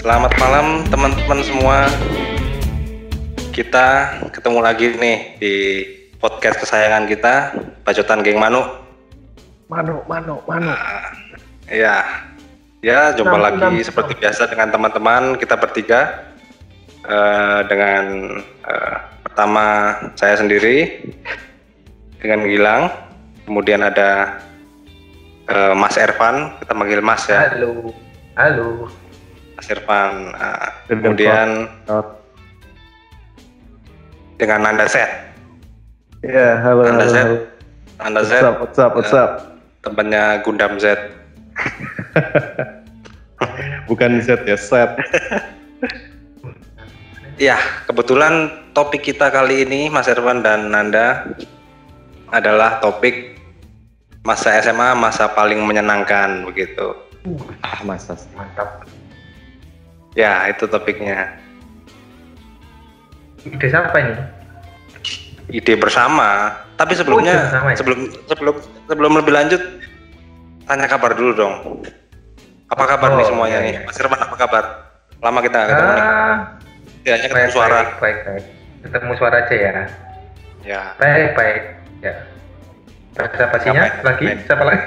Selamat malam teman-teman semua. Kita ketemu lagi nih di podcast kesayangan kita, Bacotan Geng Manu. Manu. Ya, jumpa lagi seperti biasa dengan teman-teman kita bertiga. Dengan pertama saya sendiri dengan Gilang, kemudian ada Mas Ervan, kita manggil Mas ya. Halo. Mas Irfan, kemudian dengan Nanda Z. Ya, halo. Nanda Z. What's up? Temannya Gundam Z. Bukan Z ya, set. Ya, kebetulan topik kita kali ini, Mas Irfan dan Nanda, adalah topik masa SMA, masa paling menyenangkan begitu. Masa mantap. Ya, itu topiknya. Ide siapa ini? Ide bersama. Tapi sebelumnya, bersama, ya? sebelum lebih lanjut, tanya kabar dulu dong. Apa kabar nih semuanya nih? Mas Irfan, apa kabar? Lama kita ketemu nih. Ya, hanya ketemu suara. Baik. Ketemu suara aja ya. Ya. Baik. Ya. Bahasa basinya lagi? Siapa lagi?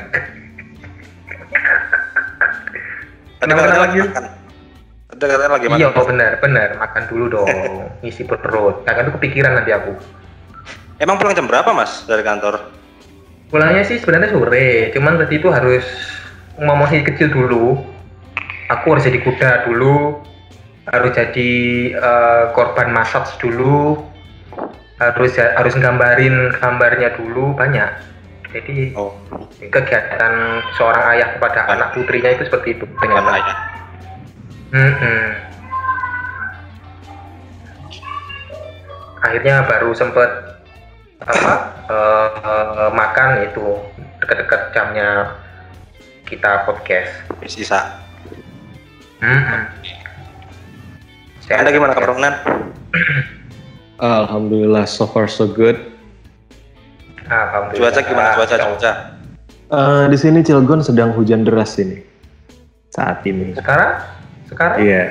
Tadi katanya lagi makan. Iya, benar. Makan dulu dong. Ngisi perut. Kan itu kepikiran nanti aku. Emang pulang jam berapa, Mas, dari kantor? Pulangnya sih sebenarnya sore. Cuman tadi itu harus masih kecil dulu. Aku harus jadi kuda dulu. Harus jadi korban massage dulu. Harus nggambarin gambarnya dulu banyak. Jadi kegiatan seorang ayah kepada anak putrinya itu seperti itu ternyata. Akhirnya baru sempet makan itu dekat-dekat jamnya kita podcast. Sisa. Anda gimana kabar, Nan? Alhamdulillah, so far so good. Cuaca gimana? Cuaca? Di sini Cilegon sedang hujan deras ini saat ini. Sekarang? Iya.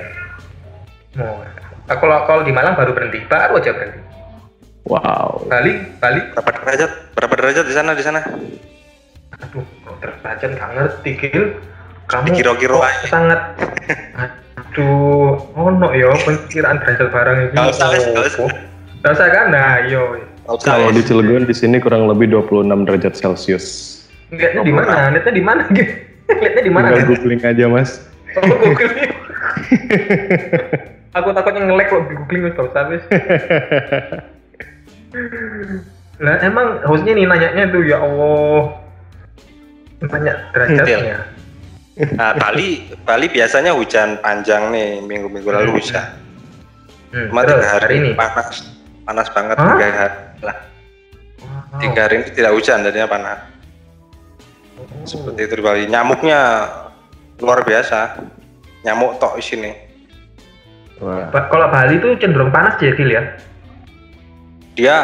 Kalau di Malang baru baru aja berhenti. Wow. Bali. Berapa derajat di sana? Aduh, derajat nggak ngerti, Gil. Kamu kira-kira sangat. Aduh, ono ya perkiraan derajat barang ini. Nggak usah kan? Nah, yo. Kalau di Cilegon di sini kurang lebih 26 derajat Celcius. Lihatnya di mana, Gil? Lihatnya di mana? Tinggal googling aja, Mas. Googling. Aku takutnya nge-lag kok di googling habis. Lah emang hostnya nih nanyanya tuh, ya Allah, banyak derajatnya. Nah, Bali biasanya hujan panjang nih, minggu-minggu lalu hujan. Cuma 3 hari ini panas banget. 3 hari lah. 3 hari ini tidak hujan, jadinya panas. Seperti itu di Bali. Nyamuknya luar biasa. Nyamuk tok di sini. Kalau Bali itu cenderung panas ya, Gil ya? Dia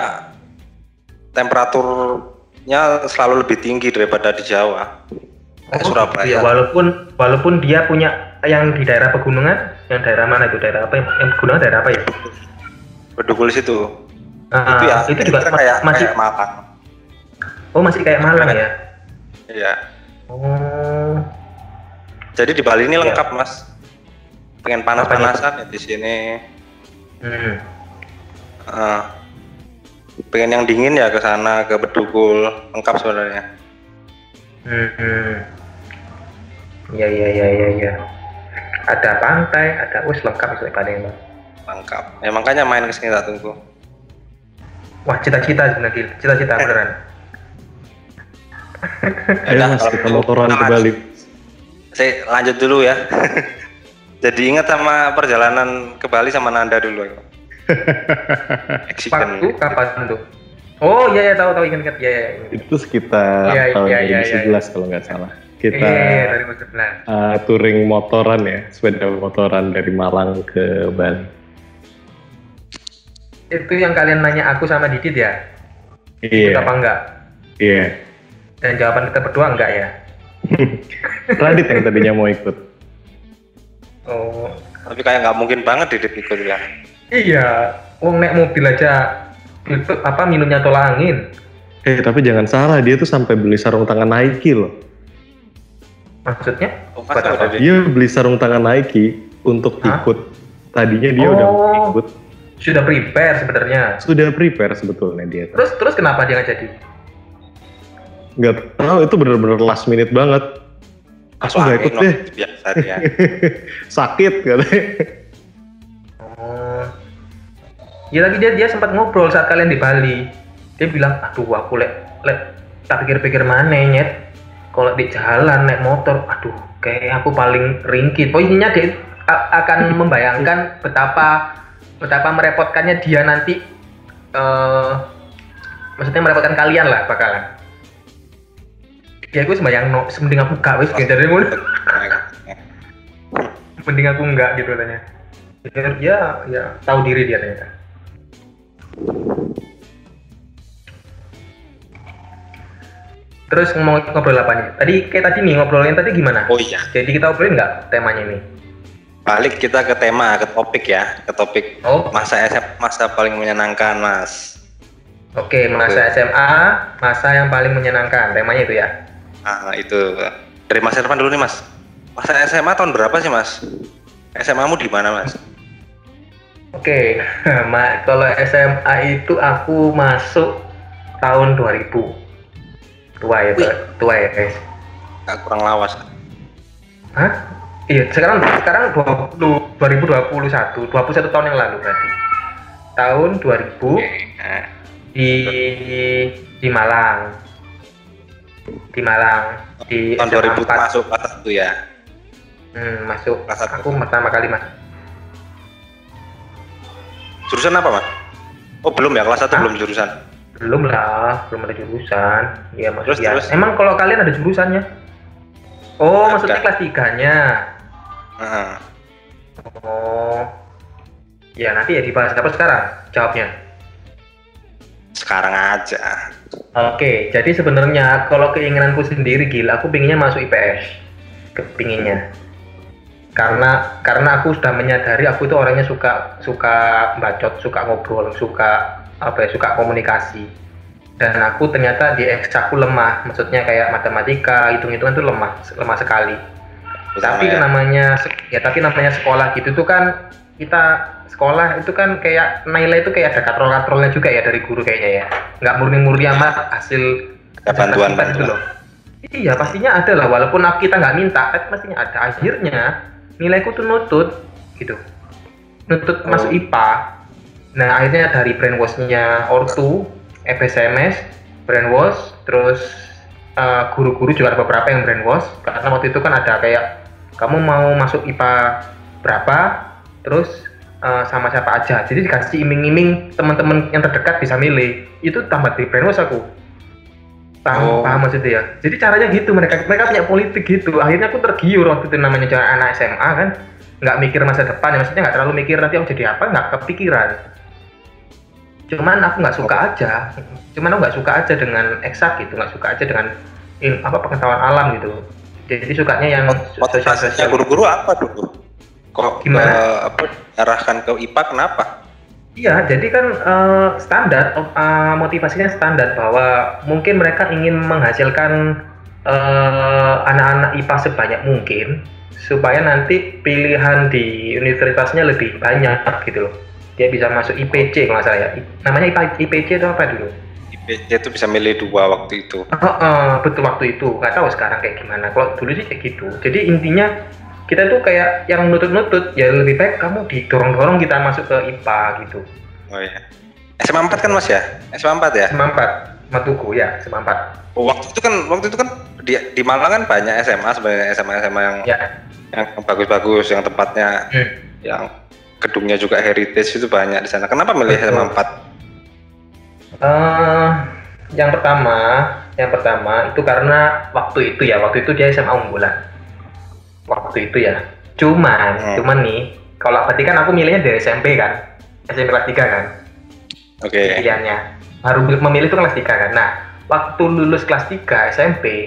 temperaturnya selalu lebih tinggi daripada di Jawa. Surabaya. Ya, walaupun dia punya yang di daerah pegunungan, yang daerah mana itu? Daerah apa? Yang pegunungan daerah apa ya? Bedugul situ. Itu juga masih kayak Malang. Oh, masih kayak Malang ya? Iya. Oh. Jadi di Bali ini lengkap, Mas. Pengen panas-panasan ya di sini. Pengen yang dingin ya ke sana, ke Bedugul, lengkap sebenarnya. Iya. Ada pantai, ada lengkap sebenarnya. Lengkap. Ya makanya main ke sini tak tunggu. Wah, cita-cita sebenarnya, cita-cita beneran. Ayo Mas, kita motoran ke Bali. Saya lanjut dulu ya. Jadi ingat sama perjalanan ke Bali sama Nanda dulu. Kapan tuh? Oh iya, tahu ingat ya. Itu sekitar tahun 2011 kalau nggak salah. Kita 2011. Touring motoran ya, sepeda motoran dari Malang ke Bali. Itu yang kalian nanya aku sama Didit ya? Iya. Ikut apa enggak? Iya. Dan jawaban kita berdua enggak ya? Radit yang tadinya mau ikut. Oh. Tapi kayak nggak mungkin banget Didit ikut ya. Iya, naik mobil aja itu minumnya tolak angin. Tapi jangan salah, dia tuh sampai beli sarung tangan Nike loh. Maksudnya? Dia beli sarung tangan Nike untuk ikut. Tadinya dia udah mau ikut. Sudah prepare sebenarnya. Sudah prepare sebetulnya dia. Terus kenapa dia nggak jadi? Nggak tahu, itu benar-benar last minute banget. Aku nggak ikut deh. Biasa ya. Sakit katanya. Ya lagi dia sempat ngobrol saat kalian di Bali. Dia bilang, aduh aku tak pikir-pikir mana nyet. Kalau di jalan naik motor, aduh kayak aku paling ringkih. Pokoknya dia akan membayangkan betapa merepotkannya dia nanti. Maksudnya merepotkan kalian lah bakalan. Ya gue sembayang mending aku gak wis gitu dari mulut. Mending aku enggak gitu katanya. Ya tahu diri dia ternyata. Terus ngobrol apa nih? Tadi ngobrolin tadi gimana? Oh iya. Jadi kita obrolin nggak temanya ini? Balik kita ke tema, ke topik ya, ke topik masa SMA, masa paling menyenangkan, Mas. Oke, masa SMA, masa yang paling menyenangkan, temanya itu ya? Itu dari Mas Irfan dulu nih, Mas. Masa SMA tahun berapa sih, Mas? SMA-mu di mana, Mas? Oke, kalau SMA itu aku masuk tahun 2000. Tua ya guys. Gak kurang lawas. Hah? Iya, sekarang 2021 tahun yang lalu berarti. Tahun 2000 di Malang. Di Malang di tahun 2000 masuk kelas 1 ya. Masuk kelas 1. Aku pertama kali masuk. Jurusan apa, Mas? Oh, belum ya, kelas 1 belum jurusan. Belum lah, belum ada jurusan. Ya maksudnya. Terus. Emang kalau kalian ada jurusannya? Oh, ada. Maksudnya kelas 3-nya. Oh. Ya nanti ya dibahas apa sekarang jawabnya? Sekarang aja. Oke, jadi sebenarnya kalau keinginanku sendiri gila, aku pinginnya masuk IPS. Kepinginnya. Karena aku sudah menyadari aku itu orangnya suka bacot, suka ngobrol, suka komunikasi. Dan aku ternyata di ekstraku lemah, maksudnya kayak matematika, hitung-hitungan itu lemah sekali. Tapi namanya sekolah gitu tuh kan, kita sekolah itu kan kayak nilai itu kayak ada katrol-katrolnya juga ya dari guru kayaknya ya. Nggak murni-murni amat hasil bantuan itu loh. Iya pastinya ada lah, walaupun kita nggak minta, tapi pastinya ada. Akhirnya nilaiku tuh nutut masuk IPA. Nah akhirnya dari brainwash-nya ortu, FSMS, brainwash, terus guru-guru juga ada beberapa yang brainwash. Karena waktu itu kan ada kayak kamu mau masuk IPA berapa, terus sama siapa aja. Jadi dikasih iming-iming teman-teman yang terdekat bisa milih. Itu tambah di brainwash aku. Paham maksudnya ya. Jadi caranya gitu, mereka punya politik gitu. Akhirnya aku tergiur waktu itu, namanya anak SMA kan, nggak mikir masa depan ya, maksudnya nggak terlalu mikir nanti aku jadi apa, nggak kepikiran. Cuman aku nggak suka aja dengan eksak gitu, nggak suka aja dengan pengetahuan alam gitu. Jadi sukanya yang sosial. Guru-guru apa dulu? Kok gimana? Arahkan ke IPA kenapa? Iya, jadi kan standar motivasinya standar bahwa mungkin mereka ingin menghasilkan anak-anak IPA sebanyak mungkin supaya nanti pilihan di universitasnya lebih banyak gitu loh. Dia bisa masuk IPC kalau nggak salah ya. Namanya IPC itu apa dulu? IPC itu bisa milih 2 waktu itu. Betul waktu itu. Nggak tahu sekarang kayak gimana. Kalau dulu sih kayak gitu. Jadi intinya kita tuh kayak yang nutut-nutut, ya lebih baik kamu didorong-dorong kita masuk ke IPA gitu. Oh iya. SMA 4 kan Mas ya? SMA 4 ya? SMA 4, Matuku ya, SMA 4. Oh, waktu itu kan di Malang kan banyak SMA sebenarnya, SMA yang bagus-bagus, yang tempatnya yang gedungnya juga heritage itu banyak di sana. Kenapa milih SMA 4? Yang pertama itu karena waktu itu dia SMA unggulan. Waktu itu ya. Cuman nih, kalau berarti kan aku milihnya dari SMP kan. SMP kelas 3 kan. Oke. Pilihannya. Baru memilih itu kelas 3 kan. Nah, waktu lulus kelas 3 SMP,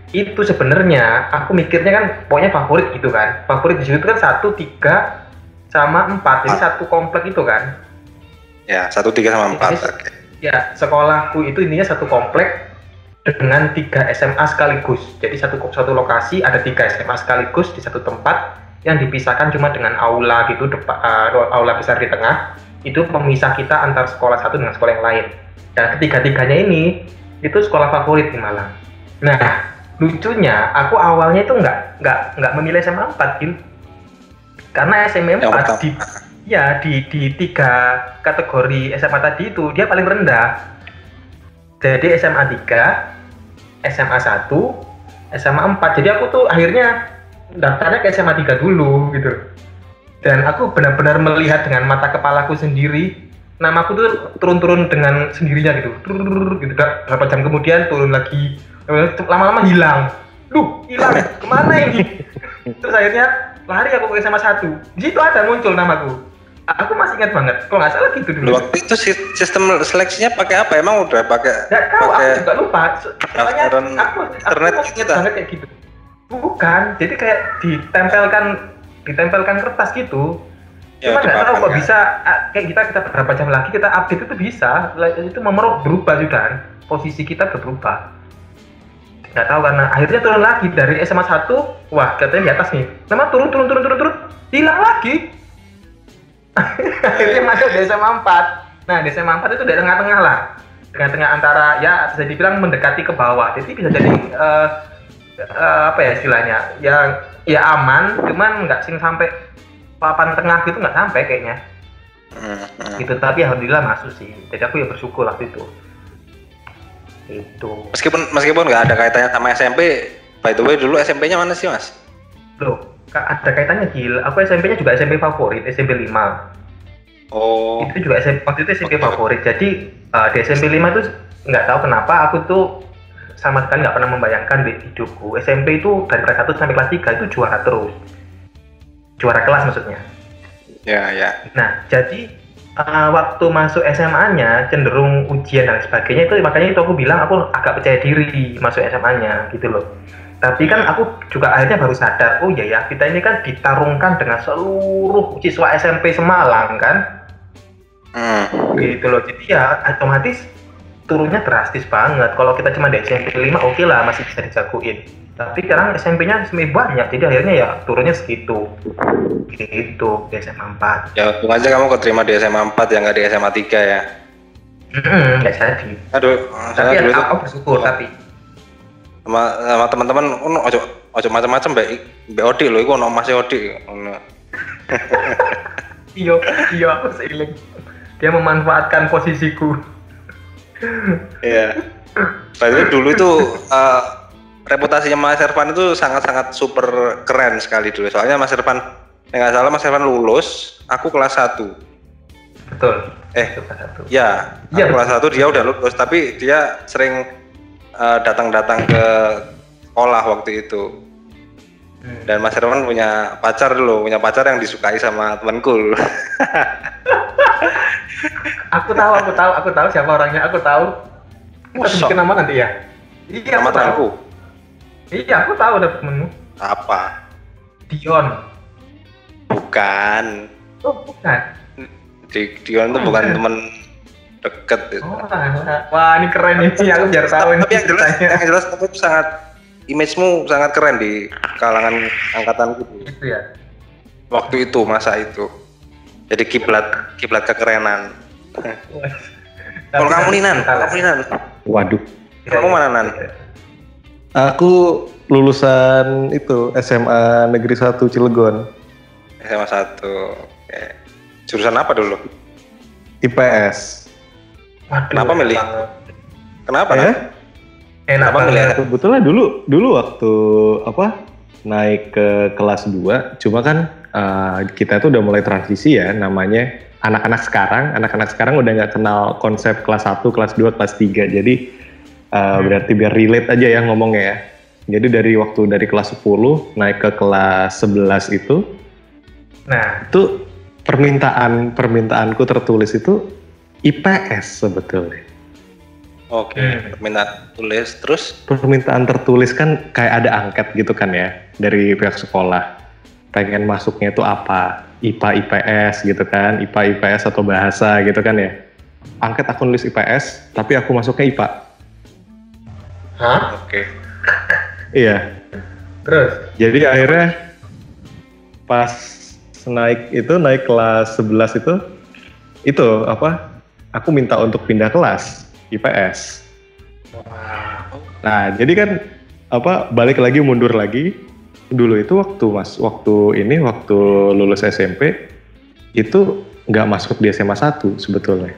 itu sebenarnya aku mikirnya kan pokoknya favorit gitu kan. Favorit di situ kan 1, 3 sama 4. Jadi satu komplek itu kan. Ya, 1, 3 sama 4. Jadi, ya, sekolahku itu intinya satu komplek dengan 3 SMA sekaligus. Jadi satu lokasi ada 3 SMA sekaligus di satu tempat yang dipisahkan cuma dengan aula gitu, aula besar di tengah. Itu pemisah kita antar sekolah satu dengan sekolah yang lain. Dan ketiga-tiganya ini itu sekolah favorit di Malang. Nah, lucunya aku awalnya itu nggak memilih SMA 4 gitu. Karena SMA 4 di 3 kategori SMA tadi itu dia paling rendah. Jadi SMA 3, SMA 1, SMA 4. Jadi aku tuh akhirnya daftarnya ke SMA 3 dulu gitu. Dan aku benar-benar melihat dengan mata kepalaku sendiri, namaku tuh turun-turun dengan sendirinya gitu. Gitu. Berapa jam kemudian turun lagi. Lama-lama hilang. Hilang. Kemana ini? Terus akhirnya lari aku ke SMA 1. Di situ ada muncul namaku. Aku masih ingat banget. Kalau nggak salah gitu dulu. Waktu itu sistem seleksinya pakai apa? Emang udah pakai? Nggak tahu. Aku juga lupa. Soalnya aku masih ingat banget kayak gitu. Bukan. Jadi kayak ditempelkan kertas gitu. Ya, cuma nggak tahu kok bisa kayak kita berapa jam lagi kita update itu bisa. Itu nomor berubah sudah. Posisi kita berubah. Nggak tahu karena akhirnya turun lagi dari SMA 1, wah katanya di atas nih, nama turun, hilang lagi. Akhirnya masuk di SMA 4. Nah di SMA 4 itu di tengah-tengah lah, tengah-tengah antara ya bisa dibilang mendekati ke bawah, jadi bisa jadi apa ya istilahnya, ya aman, cuman nggak sampai papan tengah gitu, nggak sampai kayaknya. Gitu, tapi alhamdulillah masuk sih, jadi aku ya bersyukur waktu itu. Itu meskipun nggak ada kaitannya sama SMP. By the way, dulu SMP-nya mana sih Mas? Loh, ada kaitannya Gil. Aku SMP-nya juga SMP favorit, SMP 5. Oh. Itu juga waktu itu SMP favorit. Jadi di SMP 5 itu nggak tahu kenapa aku tuh sama sekali nggak pernah membayangkan di hidupku SMP itu dari kelas 1 sampai kelas 3 itu juara terus. Juara kelas maksudnya. Ya. Nah, jadi waktu masuk SMA-nya cenderung ujian dan sebagainya itu makanya itu aku bilang aku agak percaya diri masuk SMA-nya gitu loh. Tapi kan aku juga akhirnya baru sadar, oh ya kita ini kan ditarungkan dengan seluruh siswa SMP Semalang kan. Gitu loh. Jadi ya otomatis turunnya drastis banget. Kalau kita cuma di SMP 5 oke lah masih bisa dijagoin. Tapi sekarang SMP-nya semakin banyak, jadi akhirnya ya turunnya segitu. Gitu, di SMA 4. Ya, untung aja kamu keterima di SMA 4 ya, nggak di SMA 3 ya. Nggak jadi. Aduh, tapi ya, aku bersyukur, tapi. Sama teman-teman, ojo macam-macam mbak Odi loh, itu ono Mas Odi. Iya, aku seiling. Dia memanfaatkan posisiku. Iya. Padahal dulu itu reputasinya Mas Irfan itu sangat-sangat super keren sekali dulu. Soalnya Mas Irfan, nggak salah Mas Irfan lulus, aku kelas 1. Betul. Kelas 1. Ya, aku kelas 1 dia udah lulus, tapi dia sering datang-datang ke sekolah waktu itu. Dan Mas Irfan punya pacar yang disukai sama temanku. Aku tahu siapa orangnya, aku tahu. Kita bikin nama nanti ya. Iya, nama temanku. Iya, aku tahu ada temenmu. Apa? Dion. Bukan. Oh, bukan. Dion itu bukan teman deket. Oh, wah ini keren ini, aku biar tahu ini. Tapi yang jelas kamu itu image-mu sangat keren di kalangan angkatanku. Itu ya. Waktu itu, masa itu. Jadi kiblat kekerenan. Kalau kamu Ninan. Waduh. Kamu mana Nan? Aku lulusan itu SMA Negeri 1 Cilegon. SMA 1. Oke. Jurusan apa dulu? IPS. Waduh, kenapa milih? Kenapa? Kenapa milih? Sebetulnya dulu waktu naik ke kelas 2, cuma kan kita tuh udah mulai transisi ya, namanya anak-anak sekarang udah nggak kenal konsep kelas 1, kelas 2, kelas 3. Jadi berarti biar relate aja ya ngomongnya ya. Jadi dari kelas 10 naik ke kelas 11 itu, nah itu permintaanku tertulis itu IPS sebetulnya. Oke, permintaan tulis terus? Permintaan tertulis kan kayak ada angket gitu kan ya dari pihak sekolah. Pengen masuknya itu apa? IPA, IPS gitu kan, IPA, IPS atau bahasa gitu kan ya. Angket aku nulis IPS, tapi aku masuknya IPA. Hah? Oke. Iya. Terus? Jadi akhirnya pas naik kelas 11 itu apa? Aku minta untuk pindah kelas IPS. Nah, jadi kan apa balik lagi mundur lagi. Dulu itu waktu lulus SMP itu nggak masuk di SMA 1 sebetulnya.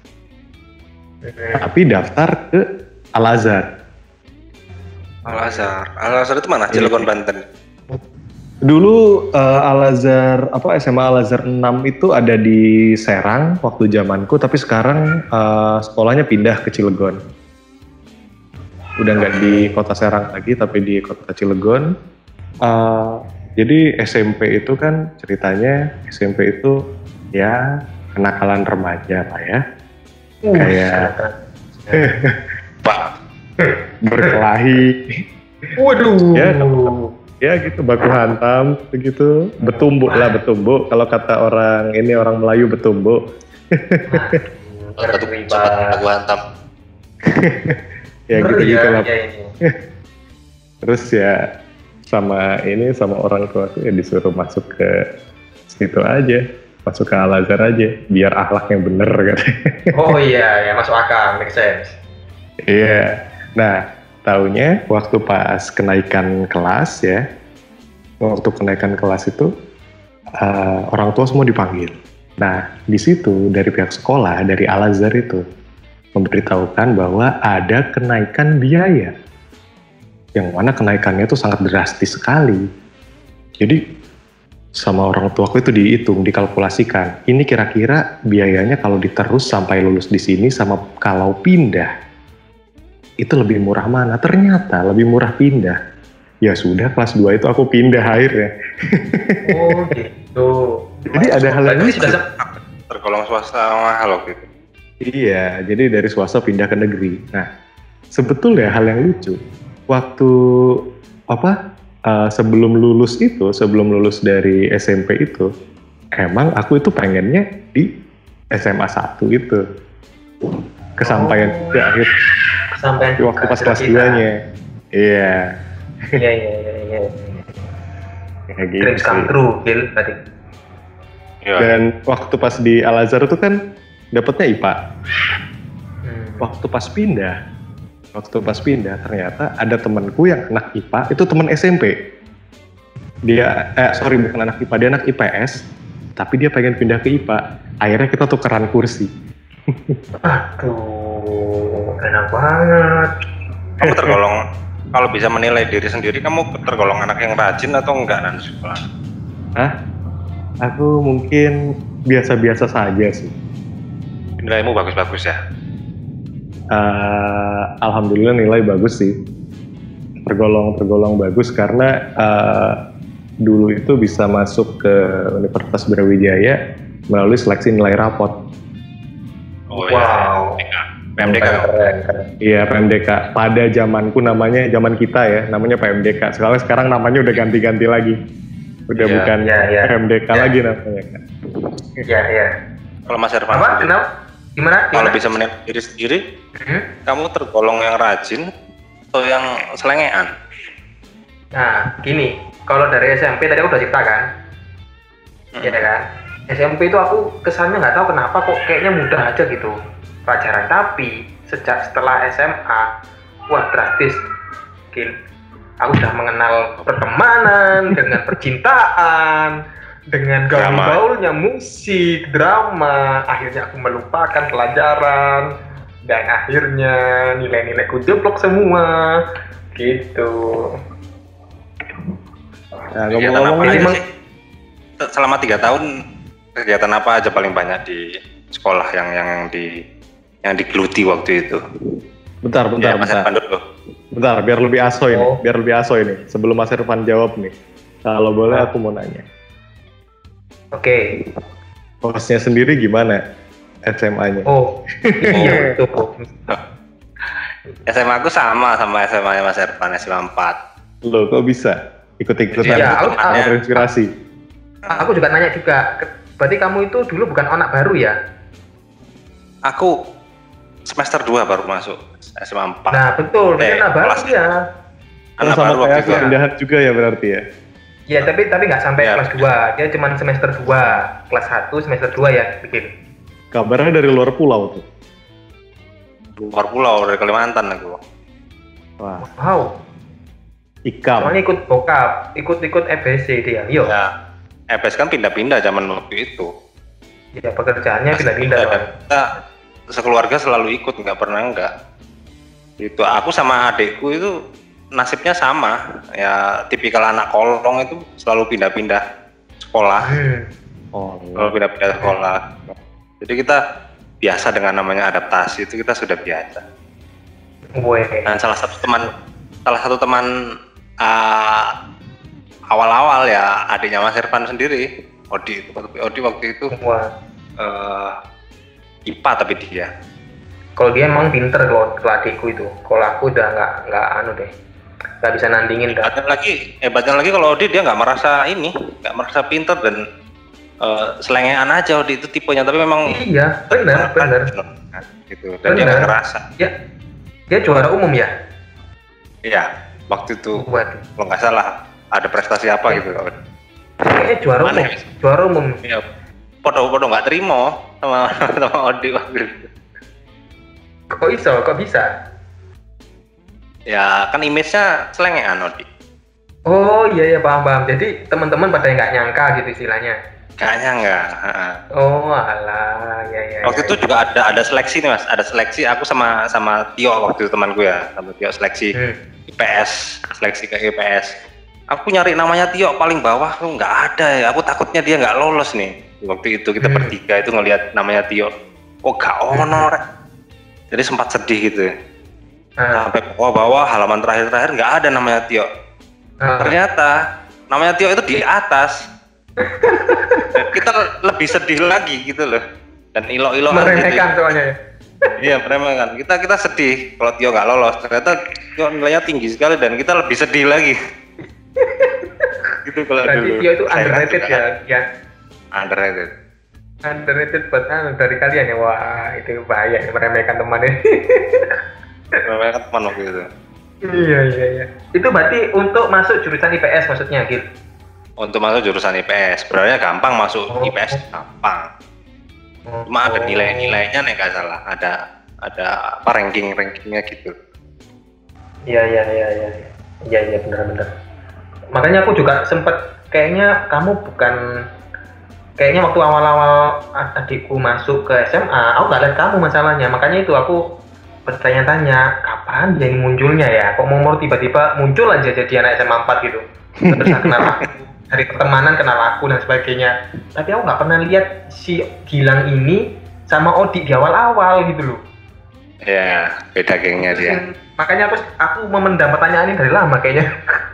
Tapi daftar ke Al-Azhar. Al-Azhar itu mana? Cilegon, Banten. Dulu Al-Azhar SMA Al-Azhar 6 itu ada di Serang waktu zamanku, tapi sekarang sekolahnya pindah ke Cilegon. Udah nggak di kota Serang lagi, tapi di kota Cilegon. Jadi SMP itu kan ceritanya SMP itu ya kenakalan remaja lah ya. Kayak Pak berkelahi. Waduh. Ya gitu baku hantam begitu, betumbuk kalau kata orang Melayu betumbuk. Baku hantam. Ya gitu lah. Terus ya sama orang tua tuh ya disuruh masuk ke situ aja, masuk ke Al-Azhar aja biar akhlaknya bener kan. Oh iya, ya masuk akal, make sense. Iya. Nah, taunya waktu pas kenaikan kelas itu orang tua semua dipanggil. Nah, di situ dari pihak sekolah, dari Al-Azhar itu memberitahukan bahwa ada kenaikan biaya. Yang mana kenaikannya itu sangat drastis sekali. Jadi sama orang tuaku itu dihitung, dikalkulasikan. Ini kira-kira biayanya kalau diterus sampai lulus di sini sama kalau pindah itu lebih murah mana? Ternyata lebih murah pindah. Ya sudah kelas 2 itu aku pindah akhirnya. Oh gitu. Jadi ada hal yang tergolong swasta mahal waktu itu. Iya, jadi dari swasta pindah ke negeri. Nah, sebetulnya hal yang lucu. Waktu sebelum lulus dari SMP itu, emang aku itu pengennya di SMA 1 itu. Kesampaian juga akhir. Kesampaian waktu pas kelas 2-nya. Iya. Iya. Kayak gitu. Dreams come true, Bill tadi. Ya. Dan waktu pas di Al-Azhar itu kan dapetnya IPA. Waktu pas pindah ternyata ada temanku yang anak IPA, itu teman SMP. Dia bukan anak IPA, dia anak IPS, tapi dia pengen pindah ke IPA. Akhirnya kita tukeran kursi. Aduh, enak banget. Kamu tergolong, kalau bisa menilai diri sendiri, kamu tergolong anak yang rajin atau enggak nanti sekolah? Hah? Aku mungkin biasa-biasa saja sih. Nilaimu bagus-bagus ya? Alhamdulillah nilai bagus sih. Tergolong bagus karena dulu itu bisa masuk ke Universitas Brawijaya melalui seleksi nilai rapot. Oh wow. Ya. PMDK. Keren. Iya, PMDK. Pada zamanku zaman kita ya, namanya PMDK. Sekarang namanya udah ganti-ganti lagi. Udah bukan PMDK lagi namanya kan. Iya. Kalau Mas Irfan apa? Kenapa? Gimana? Kalau bisa menilai diri sendiri, kamu tergolong yang rajin atau yang selengean? Nah, gini. Kalau dari SMP tadi aku udah cerita kan? Iya kan? SMP itu aku kesannya nggak tahu kenapa kok kayaknya mudah aja gitu pelajaran, tapi setelah SMA, wah drastis. Aku sudah mengenal pertemanan, dengan percintaan, dengan gaul-gaulnya musik, drama. Akhirnya aku melupakan pelajaran dan akhirnya nilai-nilaiku jeblok semua gitu. Nah, ngomong-ngomong selama 3 tahun kegiatan apa aja paling banyak di sekolah yang digeluti waktu itu? Bentar. Bentar, biar lebih aso ini. Sebelum Mas Irfan jawab nih. Kalau boleh aku mau nanya. Oke. Kosnya sendiri gimana SMA-nya? Oh, iya betul. SMA aku sama SMA-nya Mas Ervan, SMA 4. Loh, kok bisa? Ikut-ikutan Ya, terinspirasi. Aku juga nanya juga, berarti kamu itu dulu bukan anak baru ya? Aku semester 2 baru masuk SMA 4. Nah betul, anak baru ya. Anak sama baru kayak waktu itu. pindahan juga ya berarti ya? Ya tapi nggak sampai Ya. kelas 2, dia cuma semester 2, kelas 1 semester 2 ya bikin. Kabarnya dari luar pulau tuh. Luar pulau dari Kalimantan aku. Wah, Wow, ikam. soalnya ikut bokap, ikut EBC dia, yo. Ya, EBS kan pindah-pindah zaman waktu itu. Ya pekerjaannya pindah-pindah. Dan kita sekeluarga selalu ikut, nggak pernah enggak. Itu aku sama adikku itu nasibnya sama, ya tipikal anak kolong itu selalu pindah-pindah sekolah, Oh, selalu pindah-pindah sekolah. Jadi kita biasa dengan namanya adaptasi, itu kita sudah biasa. Weh. Dan salah satu teman awal-awal ya adiknya Mas Irfan sendiri, Odi waktu itu Wah. IPA tapi dia. Kalau dia emang pinter kalau adikku itu. Kalau aku udah nggak anu deh, nggak bisa nandingin dah. Hebatnya lagi kalau Odi dia nggak merasa pinter dan selengean aja Odi itu tipenya, tapi memang Iya, benar. gitu, dan dia nggak ngerasa. Ya, dia juara umum ya. Iya, waktu itu Waduh. kalau nggak salah ada prestasi apa gitu. Kayaknya juara umum. Iya, podo nggak terima sama Odi waktu itu. Kok bisa? Ya kan image-nya selengean Odi. Oh iya paham. Jadi teman-teman pada nggak nyangka gitu istilahnya. Kayaknya enggak. Oh alah, ya. Waktu itu juga ada seleksi nih Mas, ada seleksi aku sama Tio waktu itu temanku ya, sama Tio seleksi IPS, seleksi ke IPS. Aku nyari namanya Tio paling bawah, nggak ada ya. Aku takutnya dia nggak lolos nih. Waktu itu kita bertiga itu ngelihat namanya Tio, oh gak ono rek. Jadi sempat sedih gitu ya. Sampai bawah halaman terakhir nggak ada namanya Tio. Ternyata namanya Tio itu di atas. Kita lebih sedih lagi gitu loh, dan ilo-iloan meremehkan gitu. Soalnya ya. Iya meremehkan, kita sedih kalau Tio nggak lolos, ternyata Tio nilainya tinggi sekali dan kita lebih sedih lagi. Gitu kalau berarti dulu. Tio itu underrated ya. Underrated buat dari kalian ya. Wah itu bahaya ya, meremehkan temannya. Meremehkan teman waktu itu. Iya. Itu berarti untuk masuk jurusan IPS maksudnya gitu. Untuk masuk jurusan IPS, sebenarnya gampang masuk IPS gampang. Cuma ada nilai-nilainya nih nggak salah, ada apa rankingnya gitu. Iya benar. Makanya aku juga sempet kayaknya waktu awal-awal adikku masuk ke SMA, aku nggak lihat kamu masalahnya. Makanya itu aku bertanya-tanya kapan dia munculnya ya, kok mau tiba-tiba muncul aja jadi anak SMA 4 gitu. Terus kenal aku, dari pertemanan kenal aku dan sebagainya. Tapi aku nggak pernah lihat si Gilang ini sama Odi di awal-awal gitu loh. Ya, beda gengnya dia. Makanya aku memendam pertanyaan ini dari lama kayaknya.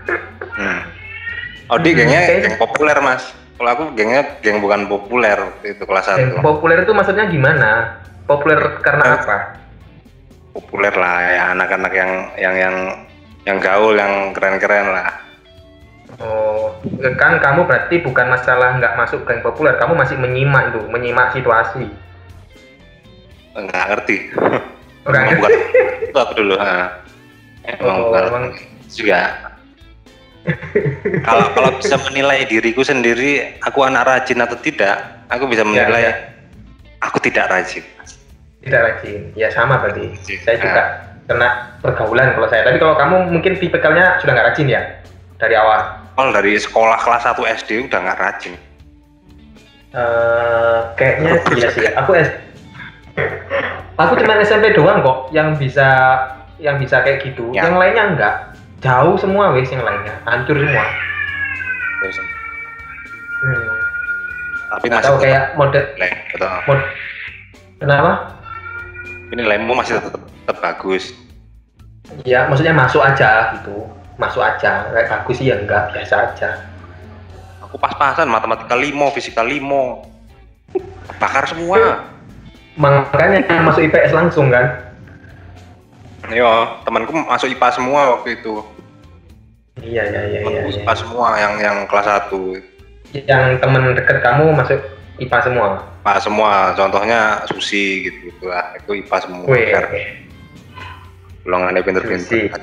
Odi gengnya geng populer Mas. Kalau aku geng bukan populer itu kelas 1. Geng populer itu maksudnya gimana? Populer karena apa? Populer lah ya, anak-anak yang gaul, yang keren-keren lah. Oh, kan kamu berarti bukan masalah nggak masuk geng populer, kamu masih menyimak situasi. Nggak ngerti. Nggak ngerti. Bukan itu aku dulu. Emang juga. Kalau bisa menilai diriku sendiri, aku anak rajin atau tidak, aku bisa menilai aku tidak rajin. Tidak rajin, ya sama berarti. Saya juga kena pergaulan kalau saya. Tapi kalau kamu mungkin tipikalnya sudah nggak rajin ya dari awal. Kalau dari sekolah kelas 1 SD udah nggak rajin. Kayaknya iya sih. Aku cuma SMP doang kok yang bisa kayak gitu. Ya. Yang lainnya enggak. Jauh semua wes yang lainnya. Hancur semua. Tapi nggak masih tahu kayak model. Kenapa? Ini nilaimu masih tetap bagus. Ya maksudnya masuk aja gitu. Masuk aja. Kayak bagus sih ya enggak, biasa aja. Aku pas-pasan matematika 5, fisika 5. Bakar semua. Makanya masuk IPS langsung kan? Yo, temanku masuk IPA semua waktu itu. Iya. IPA semua yang kelas 1. Yang teman dekat kamu masuk IPA semua? IPA semua, contohnya Susi gitu lah, itu IPA semua. Golongannya pinter-pinter.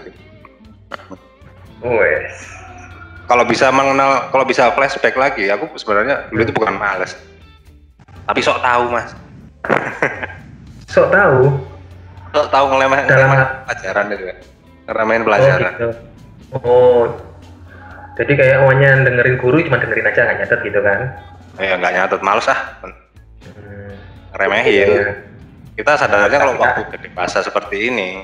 Wes. Kalau bisa flashback lagi, aku sebenarnya dulu itu bukan males, tapi sok tahu mas. Sok tahu ngelemah pelajaran itu kan, ngeremehin pelajaran. Gitu. Oh, jadi kayak awalnya dengerin guru cuma dengerin aja nggak nyatet gitu kan? Ya nggak nyatet, males remehin. Iya. Kita sadarnya kalau waktu di masa seperti ini.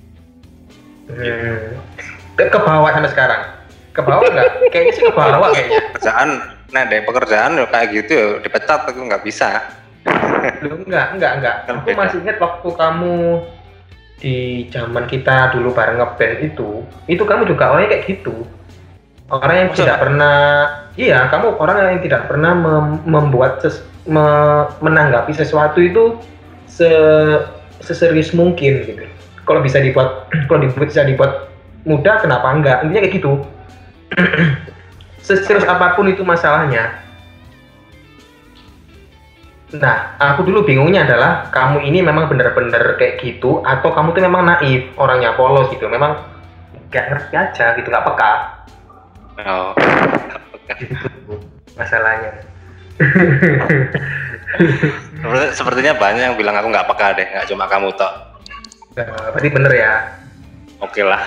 Ke bawah sampai sekarang. Ke bawah nggak? Kayaknya sih ke bawah kayaknya. Pekerjaan kayak gitu ya dipecat, itu nggak bisa. Lu enggak. Aku masih ingat waktu kamu di zaman kita dulu bareng ngeband itu kamu juga orangnya kayak gitu. Orang yang tidak pernah, kamu orang yang tidak pernah menanggapi sesuatu itu seserius mungkin gitu. Kalau bisa dibuat mudah, kenapa enggak? Intinya kayak gitu. Seserius apapun itu masalahnya. Nah, aku dulu bingungnya adalah kamu ini memang benar-benar kayak gitu atau kamu tuh memang naif, orangnya polos gitu, memang gak ngerti aja gitu, gak peka. Oh, gitu masalahnya. Sepertinya banyak yang bilang aku nggak peka deh, nggak cuma kamu tok. Berarti bener ya. Oke lah.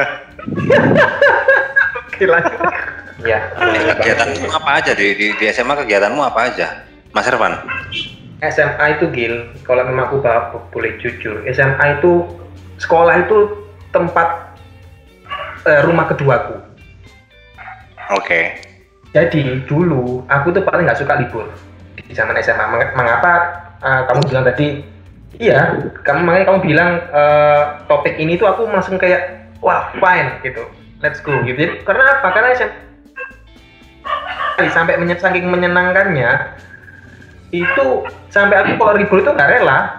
Ya. Kegiatanmu apa aja di SMA? Kegiatanmu apa aja, Mas Irfan? SMA itu kalau memang aku boleh jujur, SMA itu sekolah itu tempat rumah keduaku. Oke. Jadi dulu aku tuh paling nggak suka libur di zaman SMA. Mengapa kamu bilang tadi? Iya, makanya kamu bilang topik ini tuh aku langsung kayak wah fine gitu, let's go gitu. Jadi karena apa? Karena SMA sampai saking menyenangkannya itu sampai aku kalau libur itu nggak rela.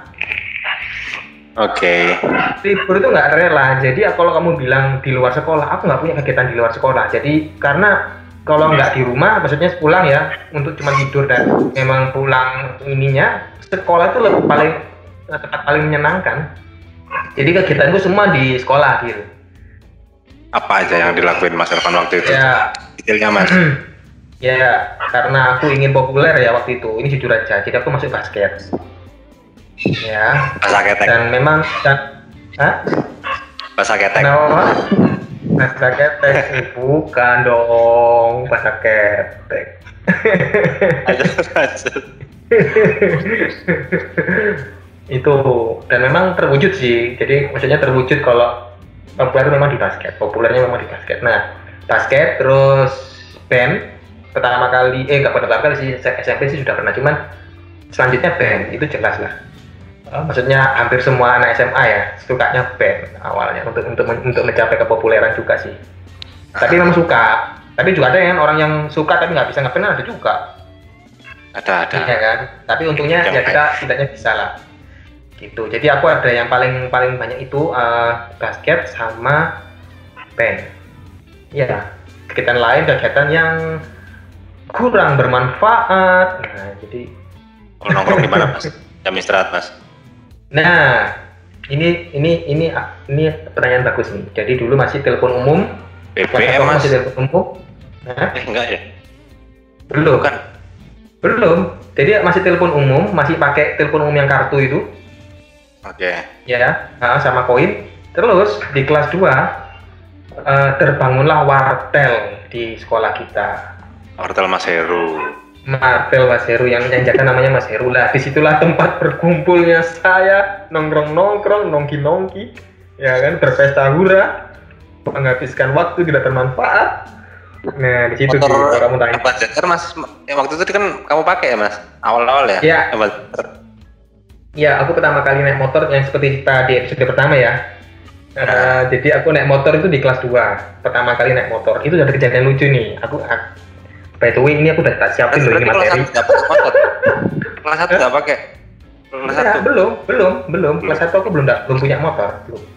Oke. Libur itu nggak rela. Jadi kalau kamu bilang di luar sekolah, aku nggak punya kegiatan di luar sekolah. Jadi karena kalau nggak di rumah, maksudnya pulang ya untuk cuma tidur dan memang pulang ininya, sekolah itu tempat paling menyenangkan. Jadi kegiatanku semua di sekolah gitu. Apa aja yang dilakuin Mas Irfan waktu itu? Ya. Detailnya Mas. Ya, karena aku ingin populer ya waktu itu. Ini jujur aja. Jadi aku masuk basket. Ya. Bahasa ketek. Dan memang bahasa ketek. Bahasa ketek bukan dong, bahasa ketek. Itu dan memang terwujud sih. Jadi maksudnya terwujud kalau populer memang di basket. Populernya memang di basket. Nah, basket terus band pertama kali nggak pertama kali sih, SMP sih sudah pernah, cuman selanjutnya band itu jelas lah. Maksudnya hampir semua anak SMA ya sukanya band awalnya untuk mencapai kepopuleran juga sih. Tapi memang suka. Tapi juga ada yang orang yang suka tapi nggak bisa ngeband, ada juga. Ada. Ya kan. Tapi untungnya ya kita setidaknya bisa lah. Gitu. Jadi aku ada yang paling banyak itu basket sama band. Ya. Kegiatan yang kurang bermanfaat. Nah, jadi nongkrong di mana Mas? Jam istirahat Mas. Nah, ini pertanyaan bagus nih. Jadi dulu masih telepon umum. BBM Mas. Masih telepon umum. Enggak ya? Belum. Kan? Belum. Jadi masih telepon umum, masih pakai telepon umum yang kartu itu. Oke. Ya, sama koin. Terus di kelas 2 terbangunlah wartel di sekolah kita. Wartel Mas Heru. Martel Mas Heru yang jaga namanya Mas Heru lah. Disitulah tempat berkumpulnya saya nongkrong nongki ya kan, berpesta hura, menghabiskan waktu tidak bermanfaat. Nah di situ kalau kamu tanya. Apa Mas? Waktu itu kan kamu pakai ya Mas? Awal-awal ya? Iya. Ya aku pertama kali naik motor yang seperti kita di episode pertama ya. Jadi aku naik motor itu di kelas 2. Pertama kali naik motor itu ada kejadian lucu nih. By the way, ini aku udah tak siapin loh ini materi. Kelas 1 nggak pakai? Kelas 1? Belum. Kelas 1 aku belum punya motor. Belum.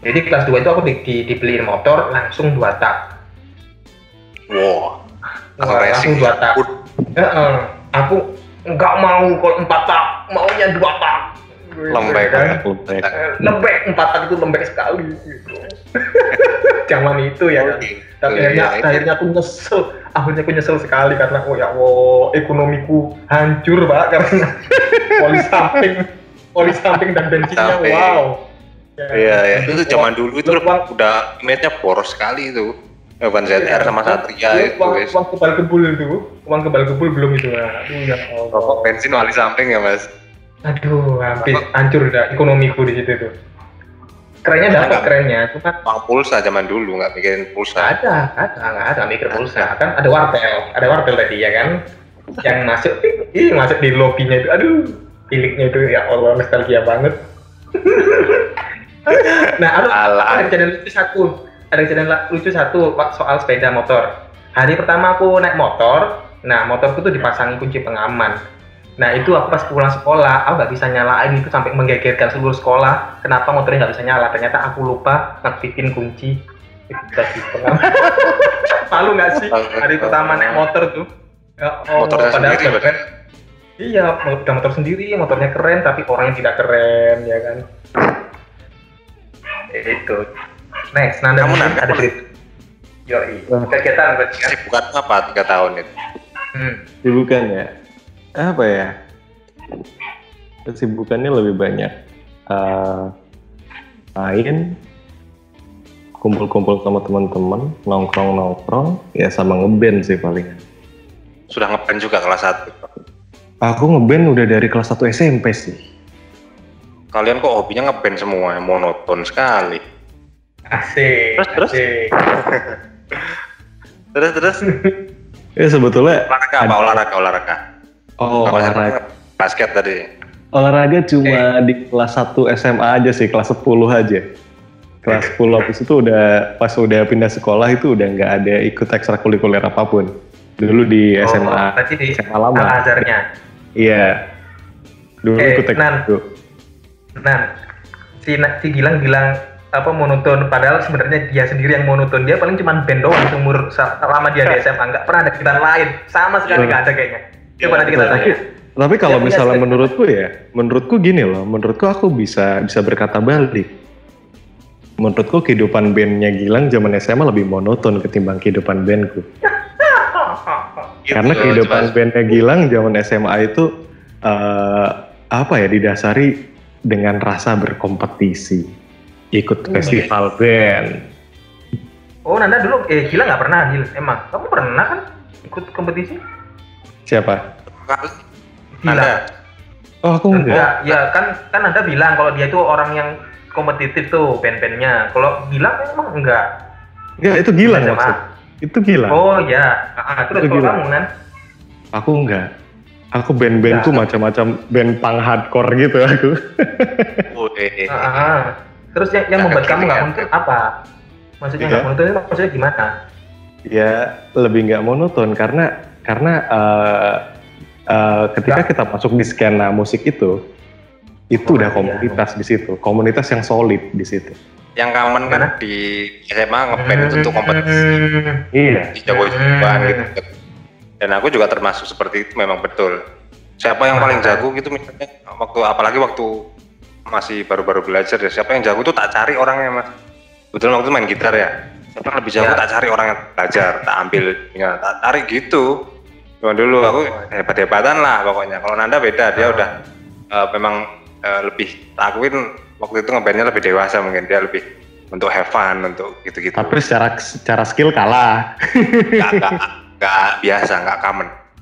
Jadi kelas 2 itu aku dibeliin motor langsung 2 tak. Wow. Langsung 2 tak. Aku nggak mau kalau 4 tak, maunya 2 tak. Lembek kan? Lembek 4 tak itu lembek sekali gitu. Zaman itu ya kan. Tapi akhirnya aku nyesel sekali karena ekonomiku hancur Pak karena oli samping dan bensinnya wow. Iya, itu zaman dulu itu udah image-nya boros sekali itu. Ban ZR sama Satria itu. Uang kebal kebul belum itu. Aduh ya Allah. Rokok bensin oli samping ya Mas. Aduh, hancur udah ekonomiku di situ tuh. Kerennya dapat kerennya, cuma uang pulsa zaman dulu nggak mikirin pulsa. Nggak ada mikir pulsa kan ada wartel tadi ya kan, yang masuk di lobbynya itu, aduh, biliknya itu ya Allah nostalgia banget. Nah, ada kejadian lucu satu soal sepeda motor. Hari pertama aku naik motor, nah motorku tuh dipasangi kunci pengaman. Nah itu aku pas pulang sekolah, aku nggak bisa nyalain itu sampai menggegerkan seluruh sekolah. Kenapa motornya nggak bisa nyala? Ternyata aku lupa ngaktifin kunci. Malu nggak sih hari pertama naik motor tuh? Motornya sendiri keren. Iya, udah motor sendiri, motornya keren tapi orangnya tidak keren, ya kan? Itu. Next, Nanda ada cerita. Yoi. Kegiatan berarti. Bukan apa 3 tahun itu? Sibukannya apa ya? Kesibukannya lebih banyak main, kumpul-kumpul sama teman-teman, nongkrong, ya sama ngeband sih paling. Sudah ngeband juga kelas 1? Aku ngeband udah dari kelas 1 SMP sih. Kalian kok hobinya ngeband semua, monoton sekali. Asik. Terus? Terus? Ya sebetulnya olahraga. Olahraga. Basket tadi. Olahraga cuma di kelas 1 SMA aja sih, kelas 10 aja. Kelas 10 habis itu pas udah pindah sekolah itu udah nggak ada ikut ekstrakurikuler apapun. Dulu di SMA. Berarti di SMA lama. Al-Azharnya. Iya. Dulu ikut ekstrakurikuler. Si Gilang bilang apa monoton, padahal sebenarnya dia sendiri yang monoton. Dia paling cuma band doang seumur selama dia di SMA, nggak pernah ada kegiatan lain sama sekali, nggak ada kayaknya. Coba nanti kita tanya. Tapi kalau misalnya menurutku gini loh, menurutku aku bisa berkata balik. Menurutku kehidupan bandnya Gilang zaman SMA lebih monoton ketimbang kehidupan bandku. Karena kehidupan bandnya Gilang zaman SMA itu didasari dengan rasa berkompetisi, ikut festival band. Oh, Nanda dulu Gilang nggak pernah, emang kamu pernah kan ikut kompetisi? Siapa? Gilang. Oh, aku enggak. Ya kan Nanda bilang kalau dia itu orang yang kompetitif tuh band-bandnya. Kalau Gilang emang enggak. Enggak, itu Gilang maksud. Itu Gilang. Oh ya, itu udah kalau kamu kan? Aku enggak. Aku band-band tuh macam-macam band punk hardcore gitu aku. Terus yang membuat kamu nggak monoton apa? Maksudnya nggak monoton itu maksudnya gimana? Ya lebih nggak monoton karena ketika kita masuk di skena musik itu udah komunitas di situ, komunitas yang solid di situ. Yang common kan di SMA ngeband itu untuk kompetisi. Iya. Dijago-jagoan gitu. Dan aku juga termasuk seperti itu, memang betul. Siapa yang paling jago gitu misalnya apalagi waktu masih baru-baru belajar ya, siapa yang jago tuh tak cari orangnya Mas. Betul waktu main gitar ya. Siapa yang lebih jago tak cari orang yang belajar, tak ambil, tak cari gitu. Cuma dulu aku hebat-hebatan lah pokoknya. Kalau Nanda beda, dia udah memang lebih takuin waktu itu ngebandnya lebih dewasa mungkin, dia lebih untuk have fun, untuk gitu-gitu. Tapi secara skill kalah. Nggak biasa, nggak common.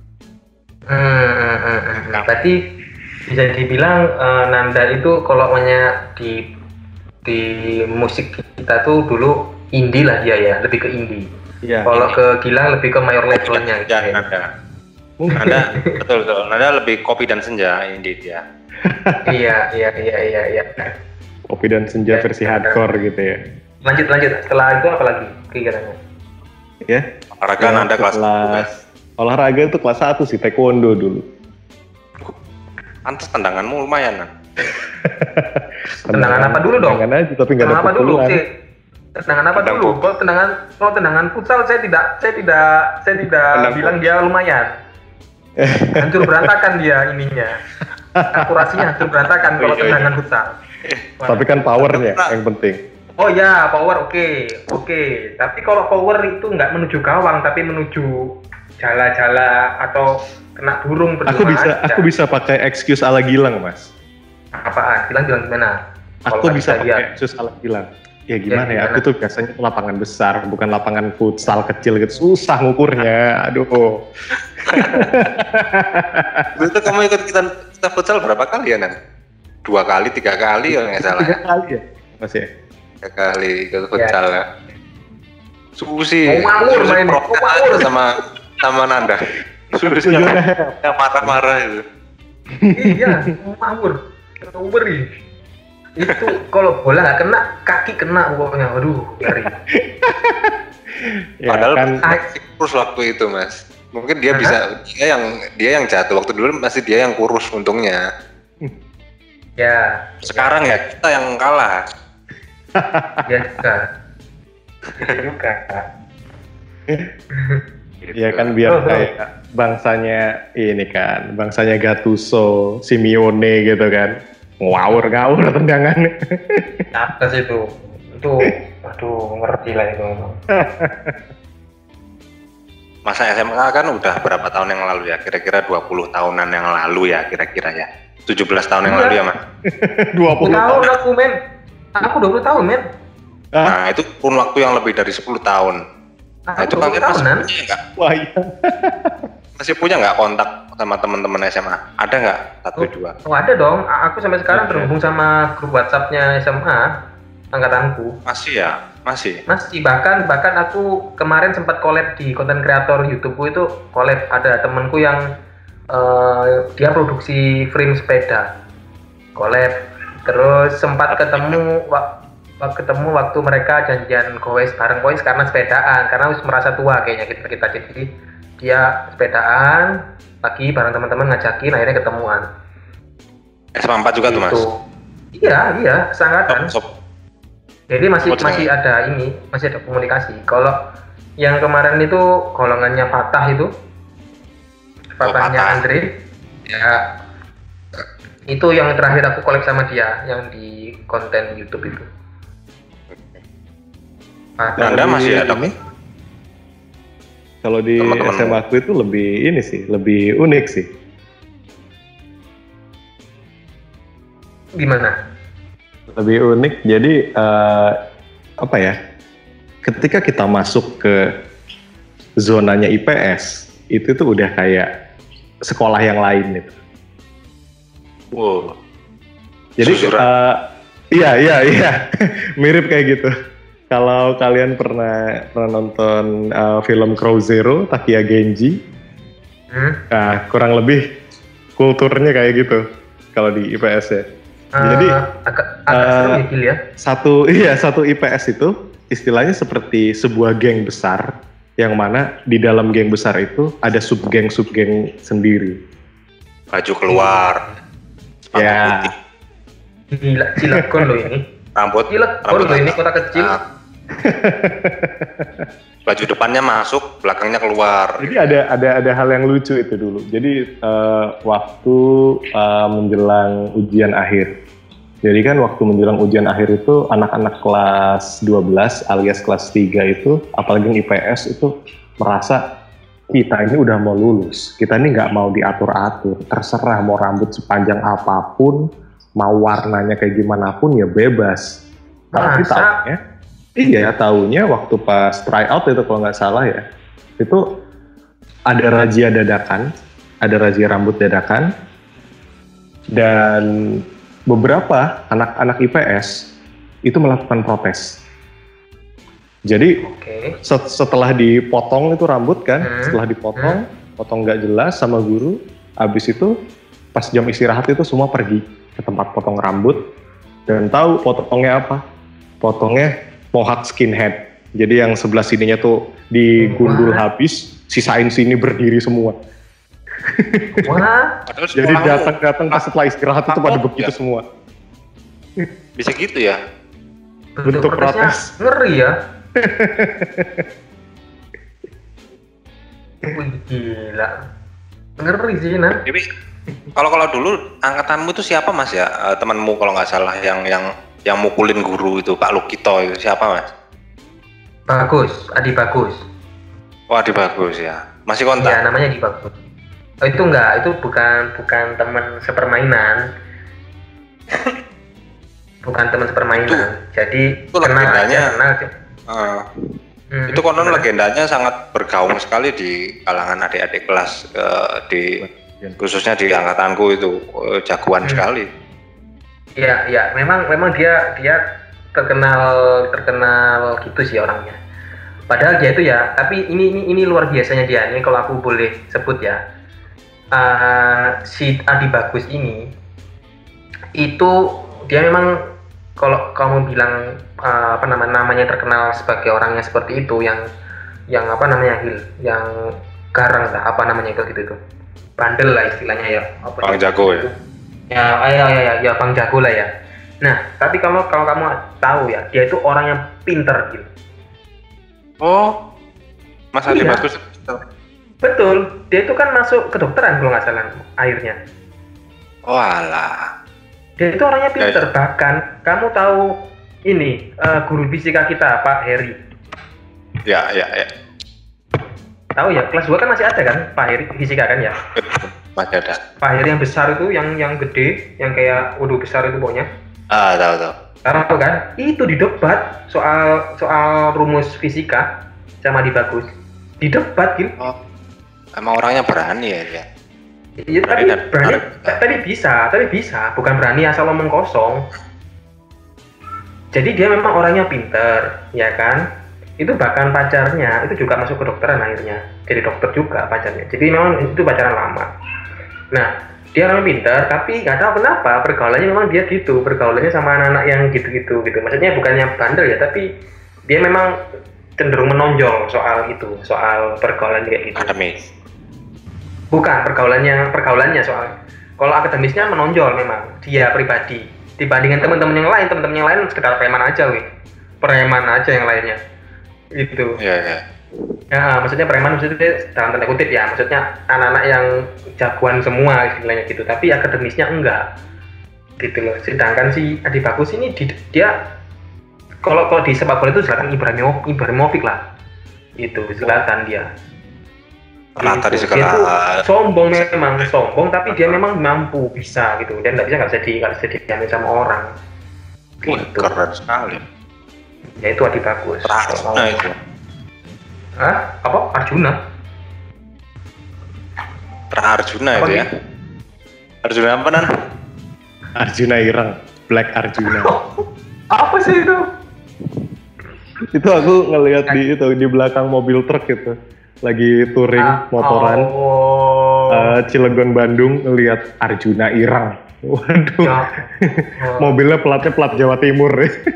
Berarti bisa dibilang Nanda itu kalau di musik kita tuh dulu indie lah dia ya, lebih ke indie. Iya. Kalau ke Gilang lebih ke mayor levelnya. Ya, Nanda betul. Nanda lebih kopi dan senja indie dia. Iya. Kopi dan senja versi hardcore gitu ya. Lanjut. Setelah itu apa lagi kegiatannya? Ya. Olahraga Nanda kelas olahraga itu kelas 1 sih, taekwondo dulu. Pantes tendanganmu lumayan kan? Tendangan apa dulu dong? Tendangan aja tapi nggak ada apa dulu pukulan. sih? Tendangan apa dulu? Kalau tendangan futsal saya tidak bilang dia lumayan. Hancur berantakan dia ininya. Akurasinya hancur berantakan kalau tendangan futsal. Tapi kan powernya yang penting. Oh ya, power oke. Tapi kalau power itu nggak menuju gawang tapi menuju jala-jala atau kena burung berdua. Aku bisa pakai excuse ala Gilang, Mas. Apaan? Gilang gimana? Aku bisa pakai excuse ala Gilang. Ya gimana ya? Aku tuh biasanya lapangan besar, bukan lapangan futsal kecil gitu. Susah ngukurnya. Aduh. Itu kamu ikut kita futsal berapa kali ya, Nan? 2 kali, 3 kali ya nggak salah. 3 kali ya? Mas ya? 3 kali ikut futsal ya. Susi sama Nanda. Susi yang marah-marah itu. Iya, ngawur itu kalau bola nggak kena, kaki kena pokoknya. Waduh, ngeri. Padahal kan kurus waktu itu, Mas. Mungkin dia bisa dia yang jatuh waktu dulu, masih dia yang kurus untungnya. Ya. Sekarang ya kita yang kalah. Ya juga. Ya kan biar kayak bangsanya Gattuso, Simeone gitu kan. Ngawur tendangannya. Atas itu, aduh ngerti lah itu. Masa SMA kan udah berapa tahun yang lalu ya? Kira-kira 20 tahunan yang lalu ya kira-kira ya. 17 tahun yang lalu ya, Mas. 20 tahun aku, men. Aku 20 tahun, men. Nah, itu pun waktu yang lebih dari 10 tahun. Nah, itu kalian masih punya nggak? Wah, iya. Masih punya nggak kontak sama teman-teman SMA? Ada nggak? 1-2? Oh, ada dong. Aku sampai sekarang terhubung sama grup WhatsApp-nya SMA angkatanku. Masih ya? Masih. Bahkan aku kemarin sempat collab di konten kreator YouTube-ku itu collab, ada temanku yang dia produksi frame sepeda. Collab. Terus sempat ketemu waktu mereka janjian goes bareng karena sepedaan, karena harus merasa tua kayaknya kita jadi dia sepedaan lagi bareng teman-teman ngajakin, akhirnya ketemuan. SMA 4 juga gitu. Tuh, Mas? Iya, seangkatan. Jadi masih ada komunikasi. Kalau yang kemarin itu golongannya Fatahnya Andre, ya itu yang terakhir aku collab sama dia yang di konten YouTube itu. Anda masih ada nih? Kalau di SMA aku itu lebih unik sih. Gimana? Lebih unik, jadi ketika kita masuk ke zonanya IPS, itu tuh udah kayak sekolah yang lain gitu. Wow. Jadi iya, mirip kayak gitu. Kalau kalian pernah nonton film Crow Zero, Takia Genji, nah kurang lebih kulturnya kayak gitu kalau di IPS ya. Jadi agak seru ya. Satu IPS itu istilahnya seperti sebuah geng besar, yang mana di dalam geng besar itu ada sub-geng sendiri. Baju keluar. Ya. Gila, Cilegon loh ini. Rambut loh ini, kota kecil. Baju depannya masuk, belakangnya keluar. Jadi ada hal yang lucu itu dulu. Jadi waktu menjelang ujian akhir. Jadi kan waktu menjelang ujian akhir itu anak-anak kelas 12 alias kelas 3 itu, apalagi IPS itu merasa kita ini udah mau lulus. Kita ini nggak mau diatur-atur. Terserah mau rambut sepanjang apapun, mau warnanya kayak gimana pun ya bebas. Tapi taunya waktu pas tryout itu kalau nggak salah ya, itu ada razia dadakan, ada razia rambut dadakan, dan beberapa anak-anak IPS itu melakukan protes. Jadi setelah dipotong itu rambut kan, setelah dipotong, potong nggak jelas sama guru, abis itu pas jam istirahat itu semua pergi ke tempat potong rambut, dan tahu potongnya apa? Potongnya mohawk skinhead. Jadi yang sebelah sininya tuh digundul habis, sisain sini berdiri semua. Wah. Jadi datang pas setelah istirahat itu pada begitu semua. Bisa gitu ya? Bentuk protes. Ngeri ya. Wih, gila. Ngeri sih, Nah. Tapi kalau dulu angkatanmu itu siapa Mas ya? Temanmu kalau nggak salah yang mukulin guru itu Pak Lukito itu siapa Mas? Bagus, Adi Bagus. Oh, Adi Bagus ya. Masih kontak? Iya, namanya Adi Bagus. Oh, itu enggak, itu bukan teman sepermainan. Bukan teman sepermainan. Jadi itu kenal legendanya. aja. Itu konon legendanya sangat bergaung sekali di kalangan adik-adik kelas khususnya di angkatanku itu jagoan sekali. Iya, memang dia terkenal gitu sih orangnya. Padahal dia itu ya, tapi ini luar biasanya dia nih kalau aku boleh sebut ya. Si Adi Bagus ini itu dia memang kalau kamu bilang namanya terkenal sebagai orangnya seperti itu yang garang lah gitu bandel lah istilahnya ya. Bang Jago ya. Ya Bang Jago lah ya. Nah, tapi kalau kamu tahu ya, dia itu orang yang pinter gitu. Oh, Mas Adi Bagus. Betul, dia itu kan masuk kedokteran kalau nggak salah akhirnya. Oh alah. Dia itu orangnya pinter, bahkan kamu tahu ini guru fisika kita Pak Heri. Ya. Tahu ya, kelas 2 kan masih ada kan Pak Heri fisika kan ya? Masih ada. Pak Heri yang besar itu, yang gede, yang kayak waduh besar itu pokoknya. Tahu. Tahu kan? Itu didebat soal rumus fisika sama Adi Bagus. Didebat gitu. Oh, emang orangnya berani ya? Iya, tapi bisa, bukan berani asal ngomong kosong. Jadi dia memang orangnya pinter, ya kan? Itu bahkan pacarnya itu juga masuk kedokteran akhirnya, jadi dokter juga pacarnya. Jadi memang itu pacaran lama. Nah, dia orangnya pinter, tapi nggak tahu kenapa pergaulannya memang dia gitu, pergaulannya sama anak-anak yang gitu. Maksudnya bukannya bandel ya, tapi dia memang cenderung menonjol soal pergaulan kayak gitu. Akademis. Bukan pergaulannya soal. Kalau akademisnya menonjol memang dia pribadi dibandingkan teman-teman yang lain sekedar preman aja yang lainnya. Itu. Iya. Ya, maksudnya preman maksudnya dalam tanda kutip ya, maksudnya anak-anak yang jagoan semua istilahnya gitu, tapi akademisnya enggak. Gitu loh. Sedangkan si Adi Bagus ini dia kalau di sepak bola itu Zlatan Ibrahimovic lah. Itu Zlatan dia. Rata di Dia segala. sombong, tapi dia memang mampu bisa gitu, dan nggak bisa diambil sama orang. Wih, Gitu. keren sekali. Ya itu Adi Bagus. Arjuna itu. Apa? Arjuna? Arjuna Apa itu ya? Arjuna apa nan? Arjuna Irang, Black Arjuna. Apa sih itu? Itu aku ngelihat di belakang mobil truk itu. Lagi touring motoran. Cilegon Bandung ngelihat Arjuna Irang. Waduh. Ya. Mobilnya platnya plat Jawa Timur.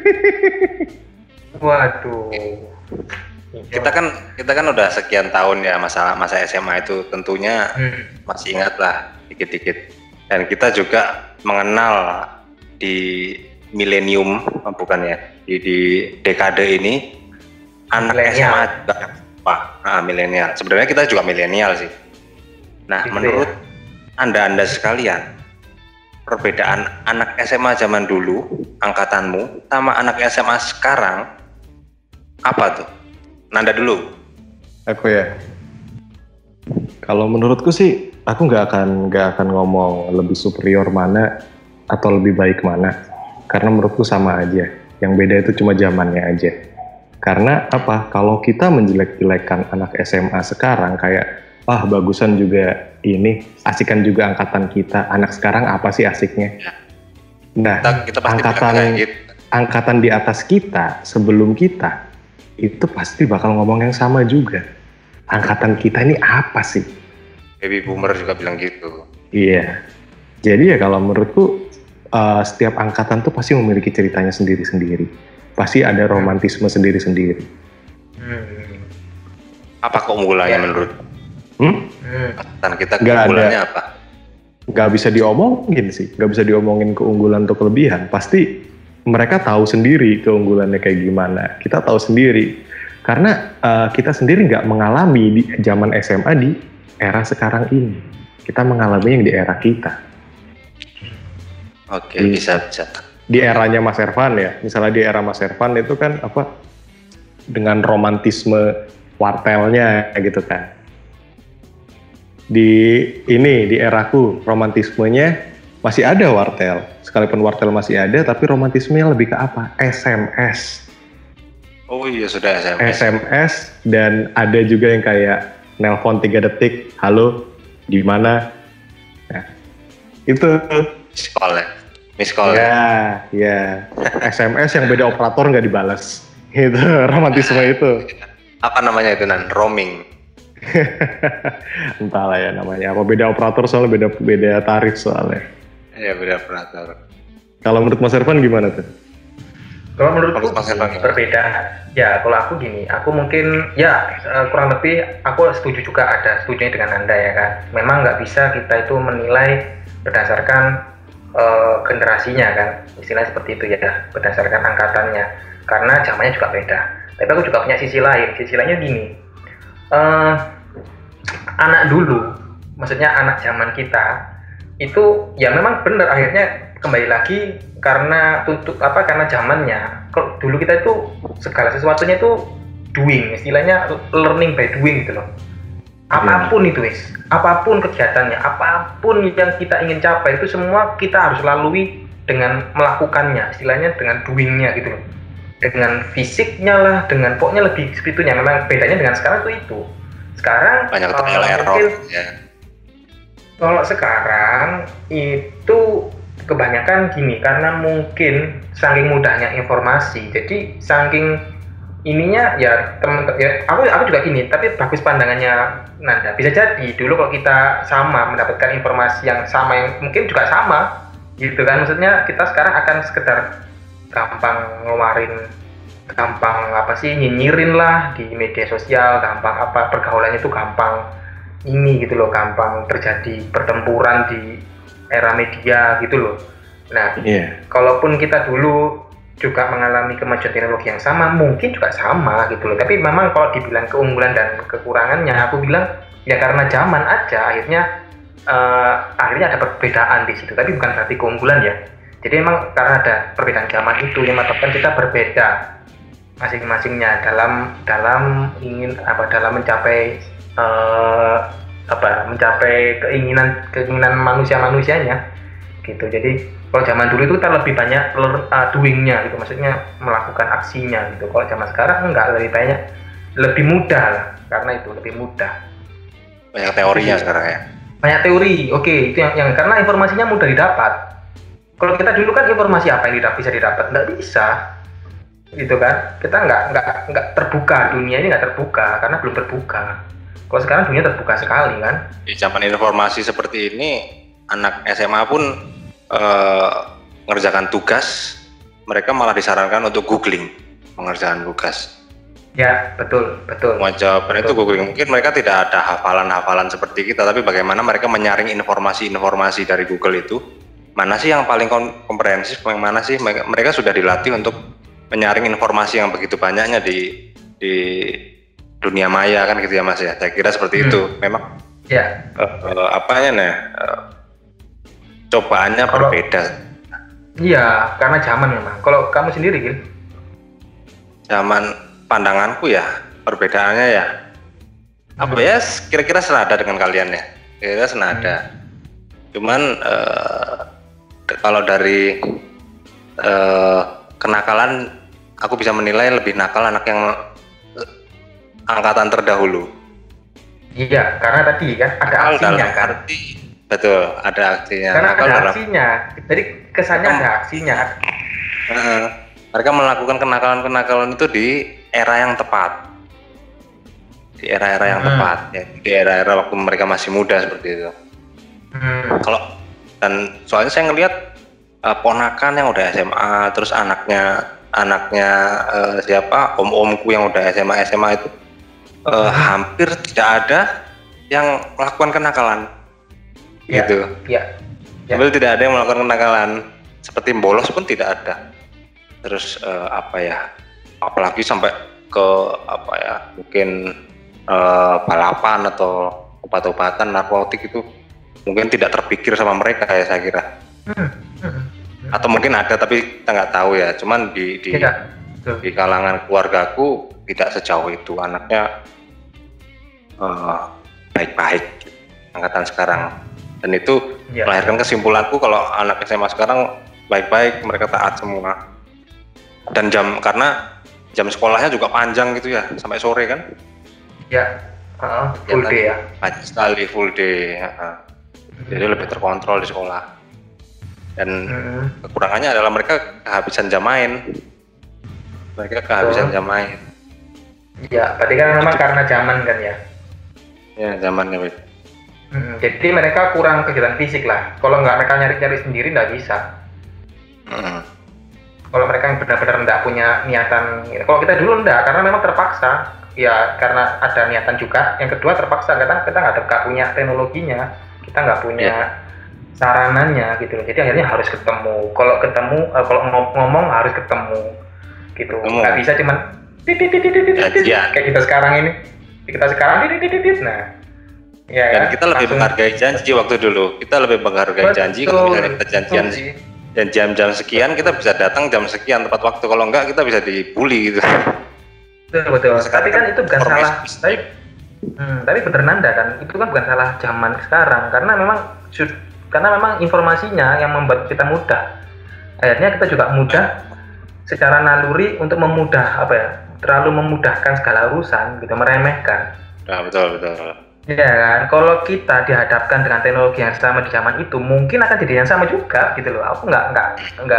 Waduh. Kita kan udah sekian tahun ya masa SMA itu tentunya masih ingat lah dikit-dikit. Dan kita juga mengenal di milenium bukan ya di dekade ini anak SMA juga milenial. Sebenarnya kita juga milenial sih. Nah, gitu menurut Anda sekalian, perbedaan anak SMA zaman dulu, angkatanmu, sama anak SMA sekarang, apa tuh? Nanda dulu. Aku ya. Kalau menurutku sih, aku nggak akan ngomong lebih superior mana atau lebih baik mana, karena menurutku sama aja. Yang beda itu cuma zamannya aja. Karena apa? Kalau kita menjelek-jelekan anak SMA sekarang kayak bagusan juga ini, asikan juga angkatan kita. Anak sekarang apa sih asiknya? Nah, kita angkatan di atas kita sebelum kita itu pasti bakal ngomong yang sama juga. Angkatan kita ini apa sih? Baby boomer juga bilang gitu. Iya. Jadi ya kalau menurutku setiap angkatan tuh pasti memiliki ceritanya sendiri-sendiri. Pasti ada romantisme sendiri-sendiri. Apa keunggulannya menurut? Angkatan kita keunggulannya apa? nggak bisa diomongin sih, nggak bisa diomongin keunggulan atau kelebihan. Pasti mereka tahu sendiri keunggulannya kayak gimana. Kita tahu sendiri karena kita sendiri nggak mengalami di zaman SMA di era sekarang ini. Kita mengalami yang di era kita. Oke, bisa. Di eranya Mas Ervan ya, misalnya di era Mas Ervan itu kan apa dengan romantisme wartelnya gitu kan. Di eraku romantismenya masih ada wartel, sekalipun wartel masih ada, tapi romantismenya lebih ke apa? SMS. Oh iya, sudah SMS. SMS, dan ada juga yang kayak nelpon 3 detik, halo, di mana? Nah, itu miss call ya. SMS yang beda operator nggak dibalas. Itu romantisme itu. Apa namanya itu, roaming? Entahlah ya namanya apa, beda operator soalnya, beda tarif soalnya. Iya, beda operator. Kalau menurut Mas Ervan gimana tuh? Kalau menurutku berbeda. Ya, kalau aku gini, aku mungkin ya kurang lebih aku setuju dengan Anda ya kan. Memang nggak bisa kita itu menilai berdasarkan generasinya kan, istilahnya seperti itu ya, berdasarkan angkatannya, karena zamannya juga beda. Tapi aku juga punya sisi lainnya gini. Anak dulu, maksudnya anak zaman kita itu ya memang benar akhirnya kembali lagi karena karena zamannya. Kalau dulu kita itu segala sesuatunya itu doing, istilahnya learning by doing gitu loh. Apapun itu apapun kegiatannya, apapun yang kita ingin capai itu semua kita harus lalui dengan melakukannya, istilahnya dengan doingnya gitu loh. Dengan fisiknya lah, dengan pokoknya lebih sebetulnya. Memang bedanya dengan sekarang itu. Sekarang banyak trial error ya. Kalau sekarang itu kebanyakan gini, karena mungkin saking mudahnya informasi, jadi saking ininya ya aku juga gini, tapi bagus pandangannya Nanda. Bisa jadi dulu kalau kita sama mendapatkan informasi yang sama, yang mungkin juga sama gitu kan, maksudnya kita sekarang akan sekedar gampang ngeluarin, gampang nyinyirin lah di media sosial, gampang pergaulannya itu gampang ini gitu loh, gampang terjadi pertempuran di era media gitu loh. Nah, kalaupun kita dulu juga mengalami kemajuan teknologi yang sama, mungkin juga sama gitu loh. Tapi memang kalau dibilang keunggulan dan kekurangannya, aku bilang ya karena zaman aja akhirnya ada perbedaan di situ. Tapi bukan berarti keunggulan ya. Jadi memang karena ada perbedaan zaman itu yang menyebabkan kita berbeda masing-masingnya dalam mencapai mencapai keinginan manusianya gitu. Jadi kalau zaman dulu itu kita lebih banyak doingnya gitu, maksudnya melakukan aksinya gitu. Kalau zaman sekarang enggak, lebih mudah lah, karena itu lebih mudah. Banyak teorinya sekarang ya. Banyak teori, oke, itu yang karena informasinya mudah didapat. Kalau kita dulu kan informasi apa yang bisa didapat? Nggak bisa, gitu kan? Kita nggak terbuka, dunia ini nggak terbuka karena belum terbuka. Kalau sekarang dunia terbuka sekali kan? Di zaman informasi seperti ini, anak SMA pun mengerjakan tugas, mereka malah disarankan untuk googling mengerjakan tugas. Ya, betul. Semua jawaban itu googling. Mungkin mereka tidak ada hafalan-hafalan seperti kita, tapi bagaimana mereka menyaring informasi-informasi dari Google itu, mana sih yang paling komprehensif, yang mana sih mereka sudah dilatih untuk menyaring informasi yang begitu banyaknya di dunia maya kan gitu ya Mas ya. Saya kira seperti itu. Memang ya. Cobaannya berbeda. Iya, karena zaman memang. Kalau kamu sendiri, Gil? Zaman pandanganku ya, perbedaannya ya apa ya, kira-kira senada dengan kalian ya. Kira-kira senada. Cuman kalau dari kenakalan, aku bisa menilai lebih nakal anak yang angkatan terdahulu. Iya, karena tadi kan ada aksinya kan. Betul, ada aksinya. Karena ada aksinya, jadi kesannya ada aksinya. Mereka melakukan kenakalan-kenakalan itu di era yang tepat, di era-era yang tepat, ya, di era-era waktu mereka masih muda seperti itu. Soalnya saya ngelihat ponakan yang udah SMA, terus anaknya om-omku yang udah SMA itu hampir tidak ada yang melakukan kenakalan. gitu. Iya. Sambil tidak ada yang melakukan kenakalan, seperti bolos pun tidak ada. Terus apalagi sampai ke mungkin balapan atau obat-obatan narkotik itu mungkin tidak terpikir sama mereka ya saya kira. Atau mungkin ada tapi kita nggak tahu ya. Cuman di kalangan keluargaku tidak sejauh itu, anaknya baik-baik angkatan sekarang. Dan itu melahirkan kesimpulanku kalau anak SMA sekarang baik-baik, mereka taat semua. Dan karena jam sekolahnya juga panjang gitu ya, sampai sore kan? Ya, full day ya. Banyak sekali full day. Jadi lebih terkontrol di sekolah. Dan kekurangannya adalah mereka kehabisan jam main. Ya, berarti kan memang karena zaman kan ya? Ya, zamannya. Jadi mereka kurang kegiatan fisik lah. Kalau nggak mereka nyari-nyari sendiri nggak bisa. Kalau mereka yang benar-benar nggak punya niatan, kalau kita dulu nggak, karena memang terpaksa. Ya karena ada niatan juga. Yang kedua terpaksa, karena kita nggak punya teknologinya, kita nggak punya sarananya gitu loh. Jadi akhirnya harus ketemu. Kalau ngomong harus ketemu, gitu. Nggak bisa cuman kayak kita sekarang ini. Nah. Ya, dan kita lebih menghargai janji waktu dulu. Kita lebih menghargai janji kalau misalnya kita janjian dan jam-jam sekian kita bisa datang jam sekian tepat waktu. Kalau enggak kita bisa dibully gitu. Betul. Tapi kan itu bukan salah. Tapi bener Nanda kan, itu kan bukan salah zaman sekarang karena memang informasinya yang membuat kita mudah. Akhirnya kita juga mudah secara naluri untuk terlalu memudahkan segala urusan gitu, meremehkan. Nah, betul. Ya kan, kalau kita dihadapkan dengan teknologi yang sama di zaman itu, mungkin akan jadi yang sama juga gitu loh. Aku nggak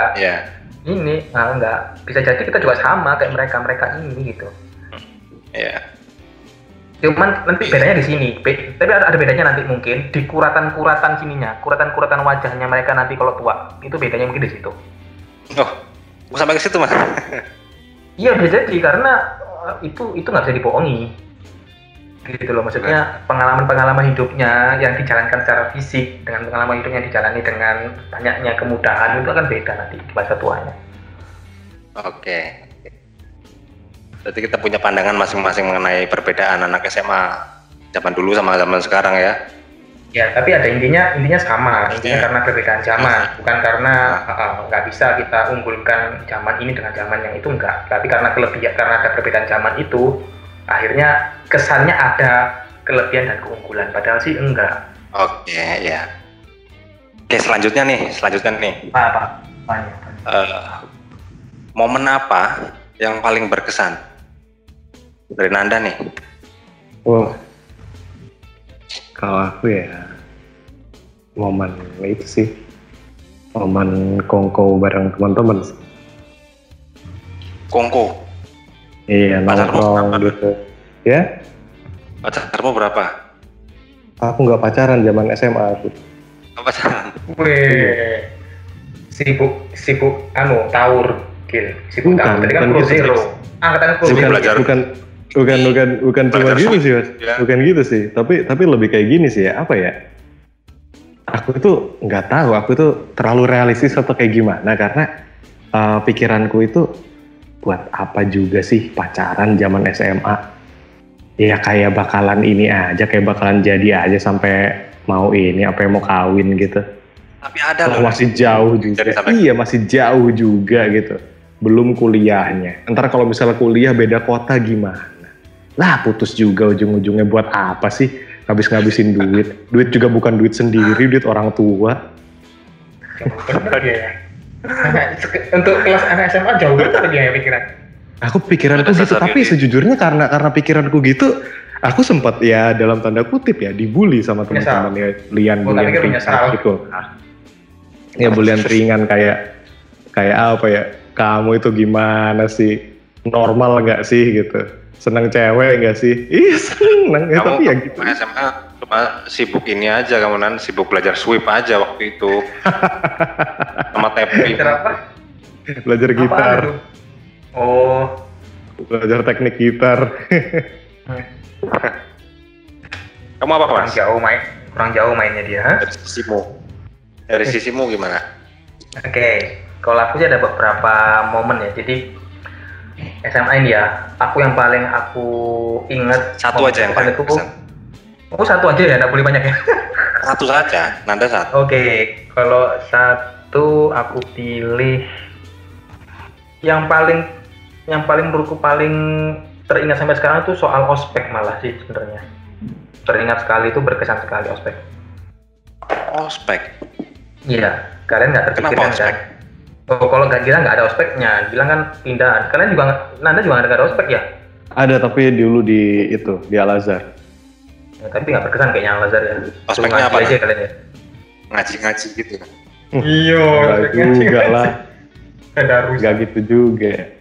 bisa jadi kita juga sama kayak mereka ini gitu. Iya. Cuman nanti bedanya di sini, tapi ada bedanya nanti mungkin di kuratan sininya, kuratan wajahnya mereka nanti kalau tua, itu bedanya mungkin di situ. Oh, sampai ke situ mas? Iya bisa jadi karena itu nggak bisa dibohongi. Gitu loh, maksudnya pengalaman hidupnya yang dijalankan secara fisik dengan pengalaman hidupnya dijalani dengan banyaknya kemudahan itu akan beda nanti di masa tuanya. Oke. Berarti kita punya pandangan masing-masing mengenai perbedaan anak SMA zaman dulu sama zaman sekarang ya. Ya, tapi ada intinya sama, karena perbedaan zaman, bukan karena nggak bisa kita unggulkan zaman ini dengan zaman yang itu enggak, tapi karena ada perbedaan zaman itu akhirnya kesannya ada kelebihan dan keunggulan, padahal sih enggak. Oke, ya. Oke, selanjutnya nih. Apa? Momen apa yang paling berkesan dari Nanda nih? Kalau aku ya momen itu sih, momen kongko bareng teman-teman. Kongko? Iya, nongkrong gitu. Ya? Pacarmu berapa? Aku nggak pacaran zaman SMA aku. Nggak pacaran? Weh, sibuk tawur, Gil. Sibuk tawur, tadi kan Pro Zero. Angkatan Pro Zero. Bukan cuma gitu sih mas. Bukan gitu sih, tapi lebih kayak gini sih ya, apa ya? Aku tuh nggak tahu, aku tuh terlalu realistis atau kayak gimana, karena pikiranku itu buat apa juga sih pacaran zaman SMA? Ya kayak bakalan ini aja, kayak bakalan jadi aja sampai mau kawin gitu. Tapi ada loh. Masih jauh juga. Iya, masih jauh juga gitu. Belum kuliahnya. Ntar kalau misalnya kuliah beda kota gimana? Lah putus juga ujung-ujungnya, buat apa sih? Ngabisin duit. Duit juga bukan duit sendiri, duit orang tua. Bener ya. Untuk kelas anak SMA jauh banget ya pikiran. Aku pikiranku gitu, tapi sejujurnya karena pikiranku gitu, aku sempat ya dalam tanda kutip ya dibully sama teman-teman ya, bulian ringan gitu. Ya bulian ringan kayak apa ya? Kamu itu gimana sih? Normal nggak sih gitu? Seneng cewek nggak sih? Ih seneng ya, tapi ya gitu. SMA cuma sibuk ini aja, kamu sibuk belajar sweep aja waktu itu. Sama tapping. Belajar gitar. Oh, belajar teknik gitar. Kamu apa mas? Jauh kurang jauh mainnya dia. Dari sisimu gimana? Oke, kalau aku sih ada beberapa momen ya. Jadi SMA ini ya, aku yang paling aku inget satu aja yang paling berkesan. Oh, satu aja ya, nggak boleh banyak ya? Satu saja, Nanda satu. Oke, kalau satu aku pilih yang paling menurutku paling teringat sampai sekarang itu soal ospek malah sih sebenarnya. Teringat sekali, itu berkesan sekali ospek. Ospek? Iya, kalian nggak terpikirkan kan? Oh, kalau nggak bilang nggak ada ospeknya, bilang kan pindahan. Kalian juga, Nanda juga nggak ada ospek ya? Ada, tapi dulu di Al-Azhar. Ya, tapi nggak berkesan kayaknya Al-Azhar ya. Ospeknya apa? Aja kalian ya? Ngaji-ngaji gitu. Iya, juga lah. Nggak gitu juga.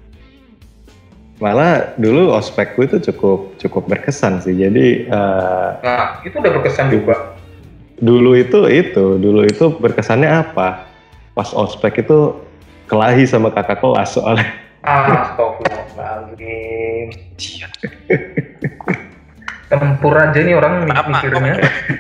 Malah dulu ospekku itu cukup berkesan sih. Jadi nah, itu udah berkesan juga. Dulu itu berkesannya apa? Pas ospek itu kelahi sama kakak kelas soalnya. Astagfirullahaladzim. Tempur aja nih orang mikirnya.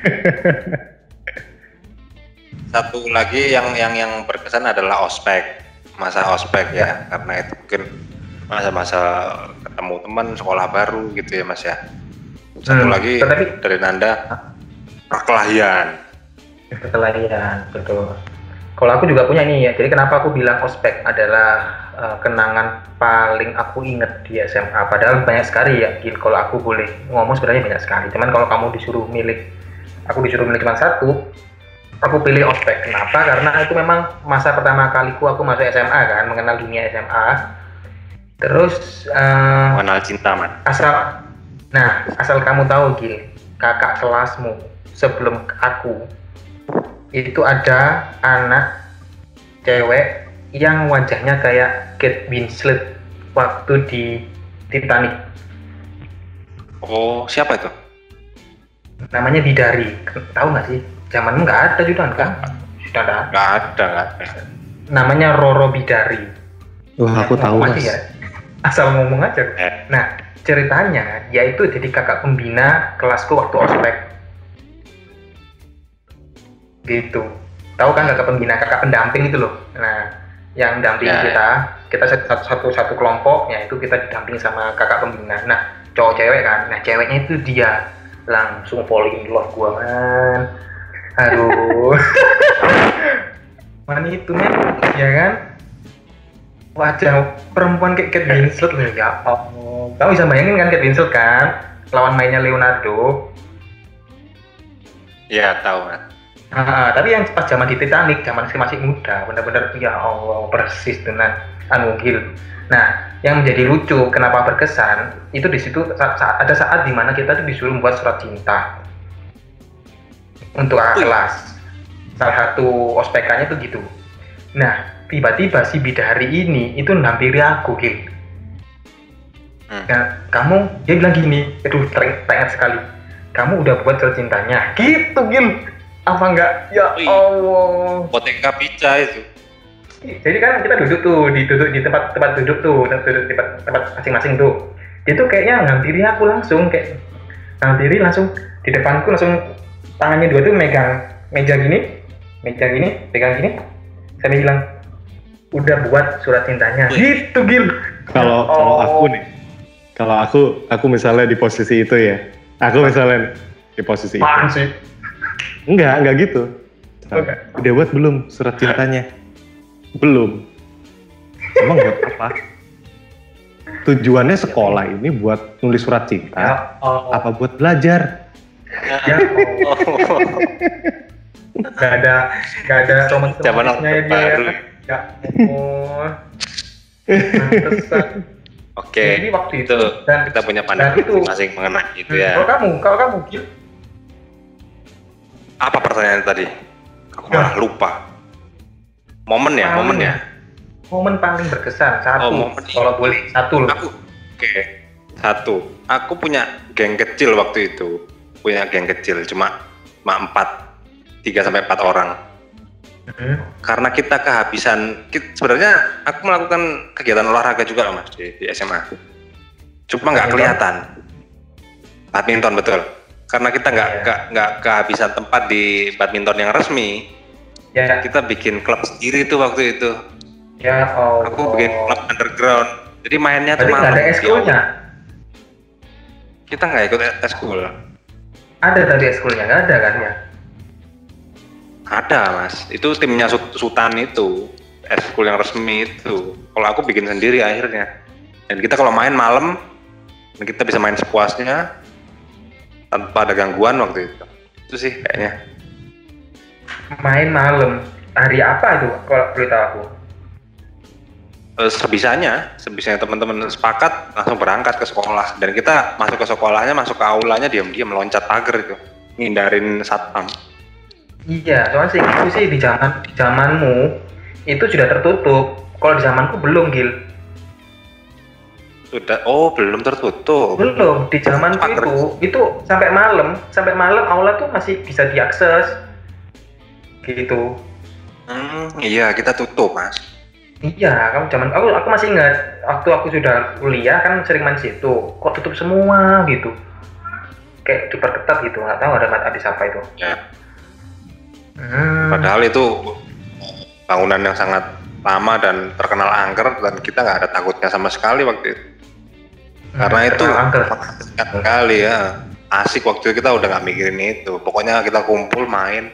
Satu lagi yang berkesan adalah ospek. Masa ospek ya, karena itu mungkin masa-masa ketemu teman, sekolah baru gitu ya Mas ya. Satu lagi dari Nanda, perkelahian, betul. Kalau aku juga punya nih ya, jadi kenapa aku bilang ospek adalah kenangan paling aku inget di SMA. Padahal banyak sekali ya, kalau aku boleh ngomong sebenarnya banyak sekali. Cuman kalau kamu disuruh milih cuma satu, aku pilih ospek. Kenapa? Karena itu memang masa pertama kaliku aku masuk SMA kan, mengenal dunia SMA. Terus mengenal cinta man. Asal kamu tahu Gil, kakak kelasmu sebelum aku itu ada anak cewek yang wajahnya kayak Kate Winslet waktu di Titanic. Oh, siapa itu? Namanya Bidari. Tahu nggak sih? Zamanmu nggak ada juga kan? Sudah nggak ada. Namanya Roro Bidari. Aku tahu Mas. Ya? Asal ngomong aja. Nah, ceritanya yaitu jadi kakak pembina kelasku waktu ospek. Gitu. Tahu kan kakak pendamping itu loh. Nah, yang dampingi kita satu kelompok, ya itu kita didampingi sama kakak pembina. Nah, cowok cewek kan. Nah, ceweknya itu dia langsung fall in love gua man. Aduh. Mana itu men, ya kan? Wajah perempuan kayak Kate Winslet loh ya. Oh, kamu bisa bayangin kan Kate Winslet kan? Lawan mainnya Leonardo. Iya, tahu kan. Tapi yang pas zaman di Titanic, zaman masih muda, benar-benar ya Allah persis dengan Gil. Nah, yang menjadi lucu, kenapa berkesan, itu di situ ada saat dimana kita tuh disuruh membuat surat cinta untuk kakak kelas. Salah satu ospekannya tuh gitu. Nah, tiba-tiba si Bidari ini itu nampiri aku, Gil. Nah, dia bilang gini, aduh teringat sekali. Kamu udah buat surat cintanya, gitu Gil. Apa enggak? Ya Allah. Poteka pica itu. Jadi kan kita duduk di tempat duduk tuh, duduk di tempat masing-masing tuh. Dia tuh kayaknya ngampiri aku langsung, di depanku langsung tangannya dua tuh megang meja gini, pegang gini. Saya bilang, udah buat surat cintanya. Gitu Gil. Kalau aku nih, kalau aku misalnya di posisi itu ya, Apaan sih? Enggak gitu. Udah buat belum surat cintanya? Belum. Emang buat apa? Tujuannya sekolah ini buat nulis surat cinta, apa buat belajar? Ya Gak ada romantisnya dia ya. Ya Allah. Pantesan. Oke. Jadi waktu itu kita punya pandangan masing-masing mengenai itu ya. Kalau kamu Gil. Apa pertanyaan tadi? Aku malah lupa. Momen ya. Momen paling berkesan satu. Kalau boleh satu loh. Satu. Aku punya geng kecil waktu itu. Cuma 3-4 orang. Karena kita kehabisan. Sebenarnya aku melakukan kegiatan olahraga juga Mas di SMA. Cuma nggak kelihatan. Badminton betul. karena kita nggak kehabisan tempat di badminton yang resmi. Ya. Kita bikin klub sendiri tuh waktu itu. Ya, aku bikin klub underground. Jadi mainnya tuh malam. Ada eskulnya? Kita nggak ikut eskul. Ada tadi eskulnya, nggak ada kan ya? Ada mas, itu timnya Sultan itu, eskul yang resmi itu. Kalau aku bikin sendiri akhirnya. Dan kita kalau main malam, kita bisa main sepuasnya tanpa ada gangguan waktu itu. Itu sih kayaknya. Main malam, hari apa itu kalau boleh tahu aku? Sebisanya teman-teman sepakat langsung berangkat ke sekolah, dan kita masuk ke sekolahnya, masuk ke aulanya diam-diam meloncat pagar itu, ngindarin satpam. Iya, soalnya sih itu sih di zamanmu itu sudah tertutup. Kalau di zamanku belum, Gil. Sudah, belum tertutup. Belum, di zamanku itu sampai malam aula tuh masih bisa diakses. Gitu. Iya, kita tutup, Mas. Iya, aku masih ingat waktu aku sudah kuliah kan sering main situ. Kok tutup semua gitu? Kayak diperketat gitu, nggak tahu ada siapa itu. Ya. Padahal itu bangunan yang sangat lama dan terkenal angker, dan kita nggak ada takutnya sama sekali waktu itu. Karena itu sekali ya, asik waktu itu, kita udah nggak mikirin itu. Pokoknya kita kumpul main,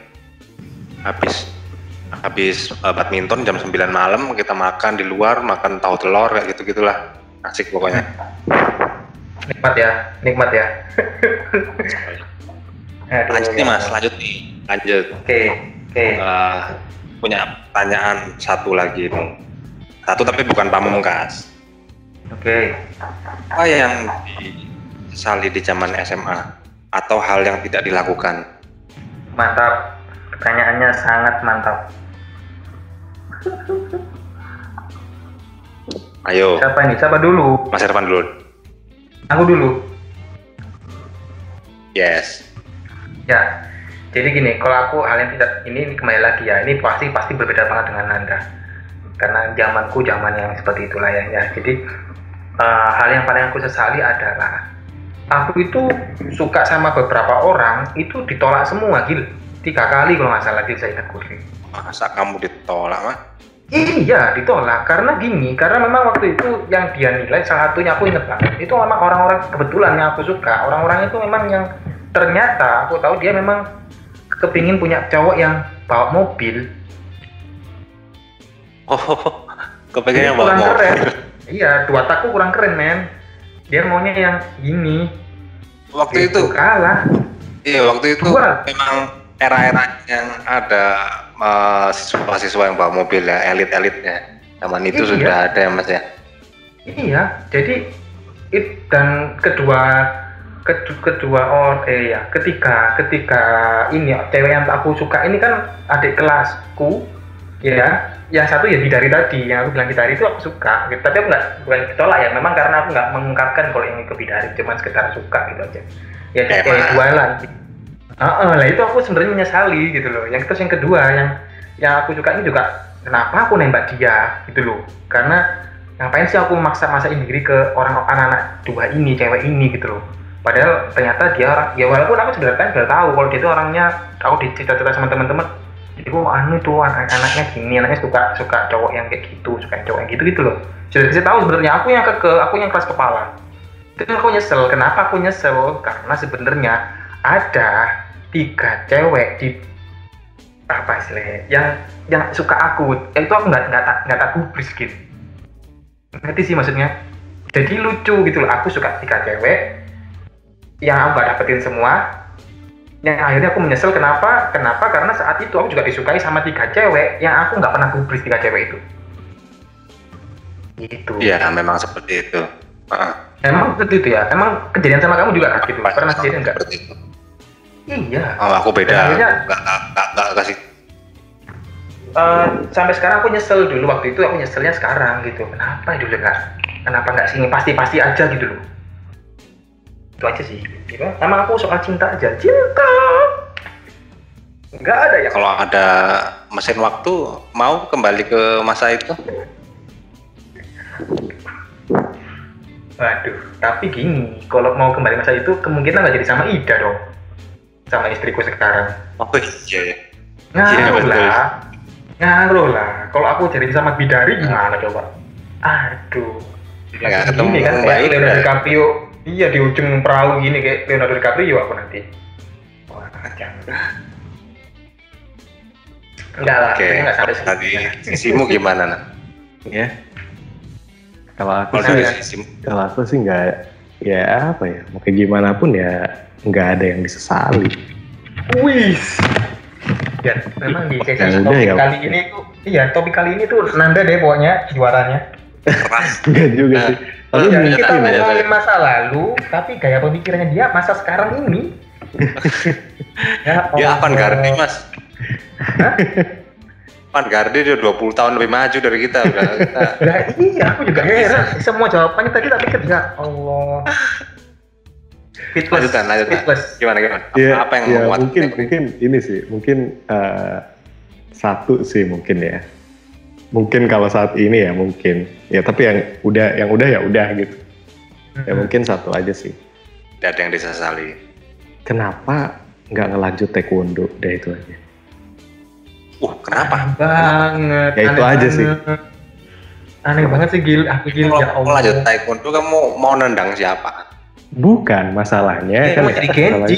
habis badminton jam 9 malam kita makan di luar, makan tahu telur kayak gitu-gitulah, asik pokoknya. Nikmat ya. Lanjut nih mas, lanjut. Oke. Punya pertanyaan satu lagi nih, satu tapi bukan pamungkas. Oke. Apa yang disesali di zaman SMA atau hal yang tidak dilakukan? Mantap, pertanyaannya sangat mantap. Ayo. Siapa dulu? Mas Irfan dulu. Aku dulu. Yes. Ya. Jadi gini, kalau aku hal yang tidak ini kembali lagi ya, ini pasti berbeda banget dengan Anda. Karena zamanku zaman yang seperti itulah ya. Jadi hal yang paling aku sesali adalah aku itu suka sama beberapa orang itu ditolak semua, Gil. 3 kali kalau nggak salah, Gil, saya ingat kurang. Masa kamu ditolak, Mas? Iya, ditolak. Karena memang waktu itu yang dia nilai, salah satunya aku ingat banget, itu memang orang-orang kebetulan yang aku suka. Orang-orang itu memang yang ternyata aku tahu dia memang kepingin punya cowok yang bawa mobil. Kepingin yang bawa mobil. Keren. Iya, 2 taku kurang keren, men. Dia maunya yang gini. Waktu itu kalah. Iya, waktu itu memang era-era yang ada siswa-siswa yang bawa mobil ya, elit-elitnya. Zaman itu sudah ada ya, Mas ya. Iya, jadi dan ketika ini cewek yang aku suka ini kan adik kelasku ya, yang satu ya Bidari tadi, yang aku bilang Bidari itu aku suka gitu. Tapi aku bukan ditolak ya, memang karena aku nggak mengungkapkan kalau yang ke Bidari, cuma sekedar suka gitu aja ya, kayak jualan gitu. Lah itu aku sebenarnya menyesali gitu loh. Yang kedua yang aku suka ini juga, kenapa aku nembak dia gitu loh, karena ngapain sih aku maksain diri ke anak-anak 2 ini, cewek ini gitu loh. Padahal ternyata dia orang, ya walaupun aku sebenarnya sudah tahu kalau dia itu orangnya, aku cerita sama teman-teman, jadi tuh anaknya gini, anaknya suka cowok yang kayak gitu, suka cowok yang gitu loh. Sudah saya tahu sebenarnya, aku yang keras kepala. Itu aku nyesel. Kenapa aku nyesel? Karena sebenarnya ada 3 cewek di apa istilahnya yang suka aku, itu aku nggak tak gubris gitu. Ngerti sih maksudnya? Jadi lucu gitu loh. Aku suka 3 cewek yang aku gak dapetin semua, yang akhirnya aku menyesal. Kenapa? Karena saat itu aku juga disukai sama 3 cewek yang aku nggak pernah gubris 3 cewek itu. Gitu. Iya, memang seperti itu. Emang seperti itu ya? Emang kejadian sama kamu juga gitu? Pernah kejadian nggak? Iya. Aku beda. Nggak kasih. Sampai sekarang aku nyesel. Dulu waktu itu aku nyeselnya sekarang gitu. Kenapa nggak sini? Pasti aja gitu loh. Itu aja sih. Gitu. Sama aku soal cinta aja. Cinta. Nggak ada ya. Kalau ada mesin waktu, mau kembali ke masa itu? Waduh, tapi gini, kalau mau kembali masa itu kemungkinan nggak jadi sama Ida dong. sama istriku sekarang. Oh iya. Ngaruh lah. Kalau aku jadi sama bidari gimana coba? Aduh. Nggak ketemu Gini kan baik. Leonardo DiCaprio. Iya di ujung perahu gini kayak Leonardo DiCaprio aku nanti. Wah, jangan. Enggak lah, Oke. enggak sampai Tadi sisimu gimana, Nak? Ya. Kalau aku Kalau dari sih, sisimu. kalau aku sih nggak, ya apa ya, mau kayak gimana pun ya nggak ada yang disesali. Wih. Ya, memang di sesi Ya udah topik ya. kali ini tuh, iya topik kali ini tuh Nanda deh pokoknya juaranya. Enggak juga sih. Tapi Ya, mungkin kita ya. ngomongin masa lalu, tapi gaya pemikirannya dia masa sekarang ini. Dia avant-garde, Mas. Avant-garde dia 20 tahun lebih maju dari kita. Lah iya, aku juga heran. Semua jawabannya tadi tapi kerja. Allah. Fitness. Lanjutan. Gimana? Ya, Apa yang ya, membuat mungkin ini sih, mungkin satu sih mungkin ya. Mungkin kalau saat ini ya mungkin. Ya tapi yang udah ya udah gitu. Ya mungkin satu aja sih. tidak ada yang disesali? Kenapa nggak ngelanjut taekwondo? Udah itu aja. Kenapa? Banget. Ya itu aja sih. Aneh banget sih Gil. Aku Gil ya Kalau Allah. lanjut taekwondo kamu mau nendang siapa? Bukan masalahnya Kayak mau jadi Genji.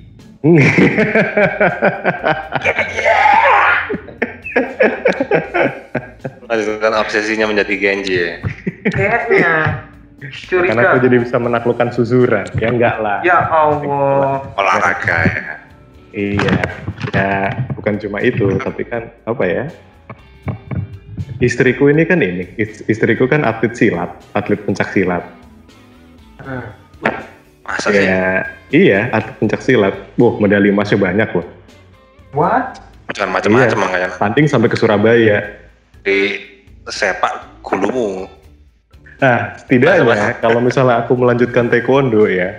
Lanjutkan obsesinya menjadi Genji ya? Kayaknya. Curiga. Karena aku jadi bisa menaklukkan Suzura. Ya enggak lah. Ya Allah. Olahraga ya? Iya. Ya bukan cuma itu, tapi kan apa ya? Istriku ini kan istriku kan atlet silat, atlet pencak silat. Masa sih? Ya, iya, atlet pencak silat. Medali emasnya banyak loh. What? Jangan macam-macam Iya. makanya. Tanding sampai ke Surabaya. Di sepak gulumu. Nah, setidaknya Masa-masa. kalau misalnya aku melanjutkan taekwondo ya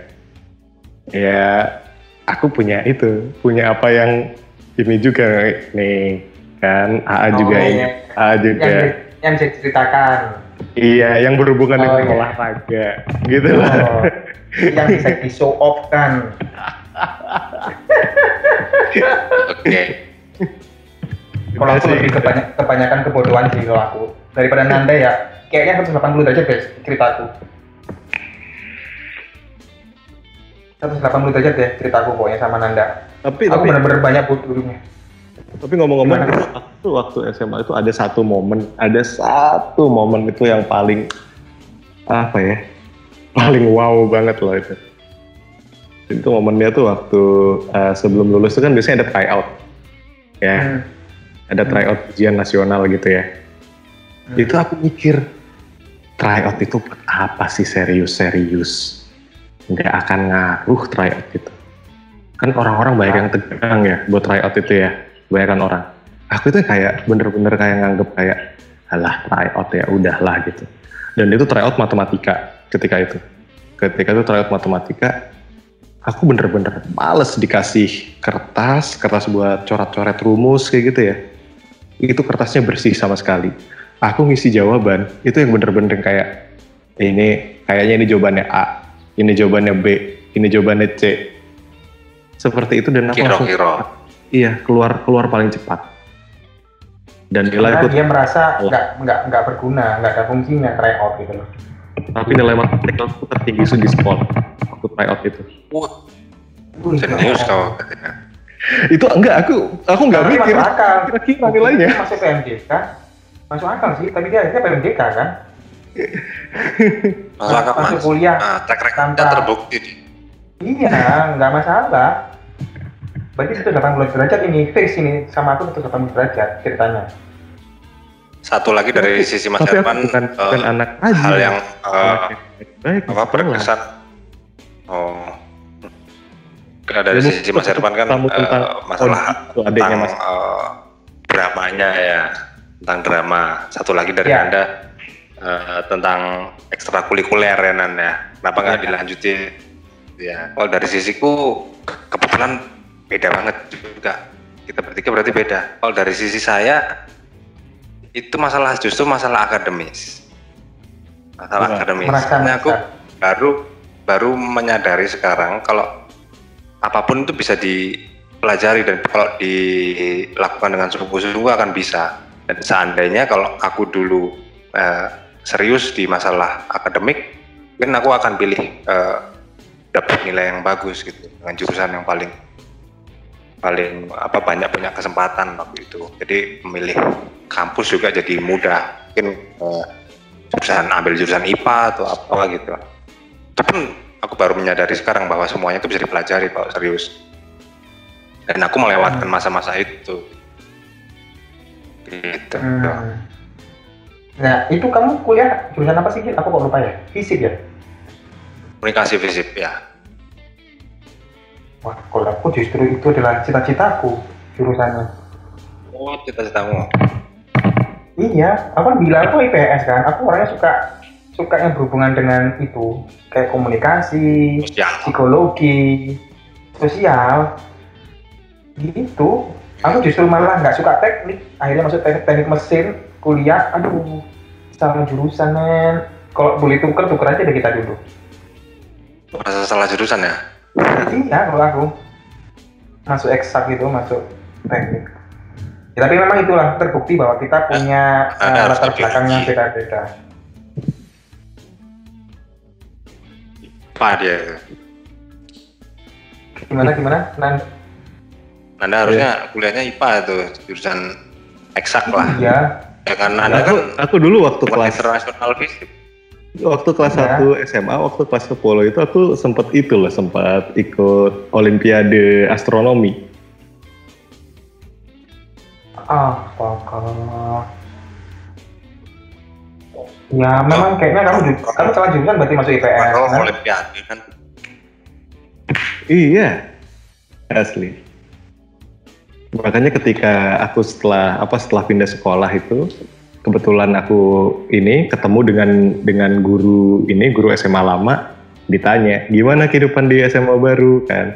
aku punya apa yang ini juga nih kan, AA juga ini, iya. AA juga. Yang bisa diceritakan. Iya, yang berhubungan dengan iya. olahraga, gitu lah. Yang bisa di show off kan. Oke. Kalau aku lebih kebanyakan kebodohan sih kalau aku. Daripada Nanda ya, kayaknya 180 derajat guys ceritaku. 180 derajat ya ceritaku pokoknya sama Nanda. Tapi Aku benar-benar banyak bodohnya. Tapi ngomong-ngomong, Gimana? waktu SMA itu ada satu momen itu yang paling apa ya, paling wow banget loh itu. Itu momennya tuh waktu sebelum lulus itu kan biasanya ada tryout, ya, ada tryout ujian nasional gitu ya. Itu aku mikir tryout itu buat apa sih, serius, nggak akan ngaruh tryout itu. Kan orang-orang banyak yang tegang ya buat tryout itu ya. Kebanyakan orang. Aku itu kayak bener-bener kayak nganggep kayak alah tryout ya udahlah gitu. Dan itu tryout matematika ketika itu tryout matematika, aku bener-bener males dikasih kertas buat coret-coret rumus kayak gitu ya. Itu kertasnya bersih sama sekali. Aku ngisi jawaban itu yang bener-bener kayak ini kayaknya ini jawabannya A, ini jawabannya B, ini jawabannya C. Seperti itu dan aku langsung iya, keluar paling cepat. Dan nilai Karena itu dia merasa nggak berguna, nggak ada fungsinya tryout gitu loh. tapi nilai matematika aku tertinggi di sekolah waktu tryout itu. Serius kau? Itu enggak, aku nggak Tapi mikir masuk akal. kira-kira nilainya. Masuk PMDK, masuk akal sih. Tapi dia akhirnya PMDK kan. Masuk kuliah. Track record tanpa- terbukti. Iya, nggak masalah. Berarti 180 derajat ini fix ini sama aku 180 derajat ceritanya. Satu lagi dari sisi Mas Tapi aku Herman, bukan anak aja. hal yang baik di sekolah. berkesan. Dari sisi Mas Herman kan masalah itu adiknya tentang Mas. dramanya ya, tentang drama. Satu lagi dari Ya. Anda tentang ekstrakurikuler ya Nan ya. Kenapa nggak dilanjutin? Ya, kalau dari sisiku kebetulan beda banget juga. Kita bertiga berarti beda. Kalau dari sisi saya itu justru masalah akademis. Masalah akademis. Nah, aku baru menyadari sekarang kalau apapun itu bisa dipelajari dan kalau dilakukan dengan sungguh-sungguh akan bisa. Dan seandainya kalau aku dulu serius di masalah akademik, mungkin aku akan pilih dapat nilai yang bagus gitu dengan jurusan yang paling banyak punya kesempatan waktu itu. Jadi memilih kampus juga jadi mudah. Mungkin ambil jurusan IPA atau apa gitu. Tapi aku baru menyadari sekarang bahwa semuanya itu bisa dipelajari kalau serius. Dan aku melewatkan masa-masa itu. Gitu. Nah, itu kamu kuliah jurusan apa sih? Aku kok lupa ya? Fisip ya? Komunikasi fisip ya. Wah, kalau aku justru itu adalah cita-citaku jurusannya. Oh, cita-citamu? Iya, aku kan bilang aku IPS kan. Aku orangnya suka yang berhubungan dengan itu, kayak komunikasi, psikologi, sosial, gitu. Aku justru malah nggak suka teknik. Akhirnya masuk teknik mesin, kuliah. Aduh, salah jurusan men. Kalau boleh tuker aja deh kita dulu. Merasa salah jurusan ya? Iya, kalau aku masuk eksak gitu, masuk teknik. Ya, tapi memang itulah terbukti bahwa kita punya latar belakang yang beda-beda. Apa dia? Gimana? Anda harusnya kuliahnya IPA tuh, jurusan eksak lah. Iya. Ya kan Anda kan aku dulu waktu kelas internasional fisip. Waktu kelas 1 SMA, waktu kelas 10 itu aku sempat ikut Olimpiade Astronomi. Ya memang kayaknya kamu salah jurusan berarti masuk IPS. Kalau Olimpiade kan. Iya, asli. Makanya ketika aku setelah pindah sekolah itu, kebetulan aku ketemu dengan guru SMA lama, ditanya gimana kehidupan di SMA baru kan.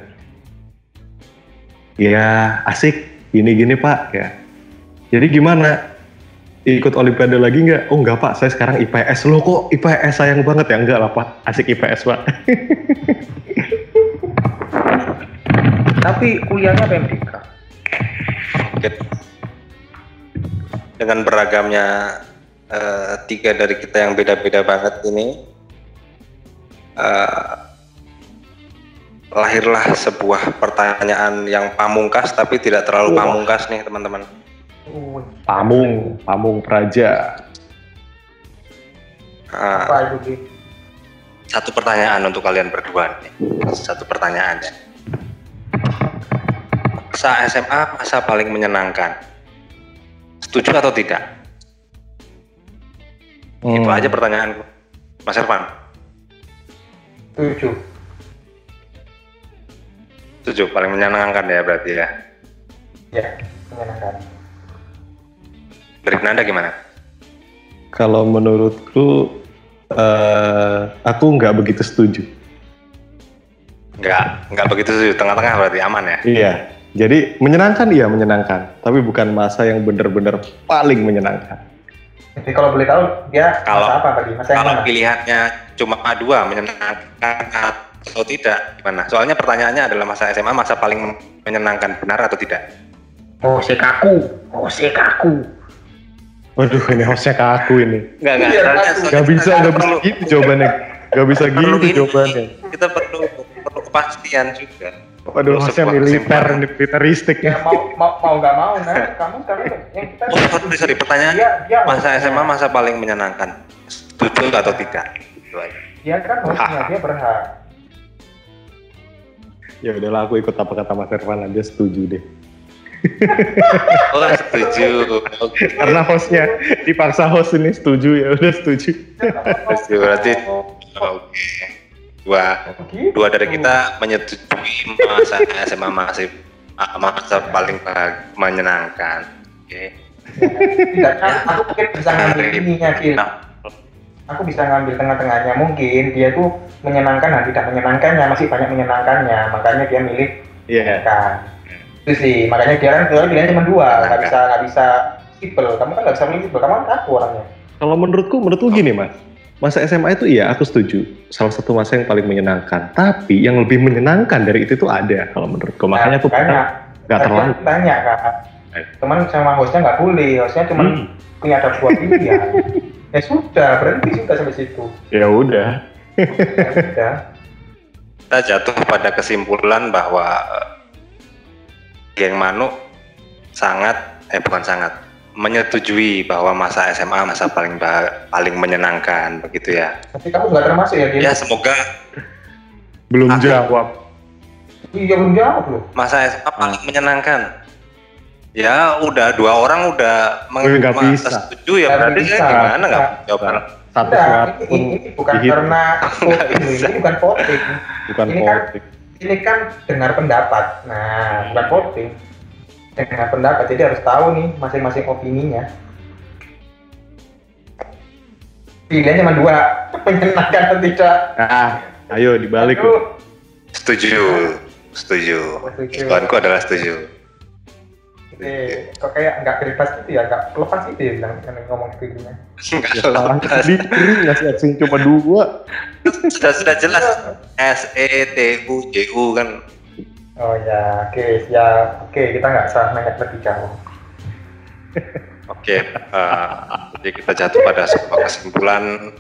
Ya asik, gini Pak ya. Jadi gimana? Ikut Olimpiade lagi nggak? Oh nggak Pak, saya sekarang IPS. Loh kok IPS, sayang banget ya? Enggak lah Pak, asik IPS Pak. Tapi kuliahnya PMDK. Dengan beragamnya tiga dari kita yang beda-beda banget ini, lahirlah sebuah pertanyaan yang pamungkas tapi tidak terlalu pamungkas nih teman-teman. Pamung Praja. Satu pertanyaan untuk kalian berdua nih. Satu pertanyaan ya. Masa SMA masa paling menyenangkan. Setuju atau tidak? Itu aja pertanyaanku. Mas Irfan. Setuju, paling menyenangkan ya berarti ya. Ya, menyenangkan. Dari Nanda gimana? Kalau menurutku, aku nggak begitu setuju. Nggak begitu setuju, tengah-tengah berarti aman ya? Iya, jadi menyenangkan, tapi bukan masa yang benar-benar paling menyenangkan. Jadi kalau boleh tahu dia masa apa tadi? Kalau pilihannya cuma dua, menyenangkan atau tidak, gimana? Soalnya pertanyaannya adalah masa SMA masa paling menyenangkan, benar atau tidak? Hose kaku. Waduh, ini hostnya kaku ini. Nggak bisa gitu jawabannya. Nggak bisa gitu jawabannya. Kita perlu kepastian juga. Waduh, hostnya militeristik. Ya mau nggak mau, nah kamu yang kita. Sorry, pertanyaannya masa SMA masa paling menyenangkan, setuju atau tidak? Dia kan hostnya, dia berhak. Ya udahlah, aku ikut apa kata Mas Irfan aja, setuju deh. Oh, setuju. Okay. Karena hostnya dipaksa host ini setuju, ya udah setuju. Setuju berarti. Oke. Dua dari kita menyetujui masa SMA masa paling menyenangkan. Oke. Tidak, aku mungkin bisa ngambil ininya sih. Aku bisa ngambil tengah-tengahnya, mungkin dia tuh menyenangkan dan tidak menyenangkannya, masih banyak menyenangkannya, makanya dia milih menyenangkan. Itu sih, makanya dia kan pilihannya cuma dua, nggak bisa simple. Kamu kan nggak bisa milih simple, kamu kan kaku orangnya. Kalau menurutku gini Mas, masa SMA itu aku setuju, salah satu masa yang paling menyenangkan. Tapi yang lebih menyenangkan dari itu tuh ada kalau menurutku. Makanya aku Nggak terlalu. Tanya Kak. Teman sama hostnya nggak boleh, hostnya cuma punya ada dua pilihan. Ya sudah, berhenti sudah sampai situ. Ya udah. Kita jatuh pada kesimpulan bahwa Geng Manu bukan sangat menyetujui bahwa masa SMA masa paling menyenangkan begitu ya. Tapi kamu nggak termasuk ya dia? Ya semoga. Belum jawab. Iya belum jawab loh. Masa SMA paling menyenangkan. Ya udah dua orang udah nggak bisa. setuju ya berarti saya gimana nggak jawab. Satu suara pun ini bukan karena voting, ini bukan voting. Ini kan dengar pendapat. Nah, bukan voting. Dengar pendapat, jadi harus tahu nih masing-masing opininya. Pilihan cuma dua, menyenangkan atau tidak. Ayo dibalik. Setuju. Kawanku adalah setuju. Kok kayak nggak bebas gitu ya, nggak lepas gitu ya bilang ngomong gitu ya. Nggak ngasih aksi cuma dua. Sudah jelas SETUJU kan. Oh ya, oke, siap. Oke, kita nggak usah nanya lebih jauh. Oke, jadi kita jatuh pada sebuah kesimpulan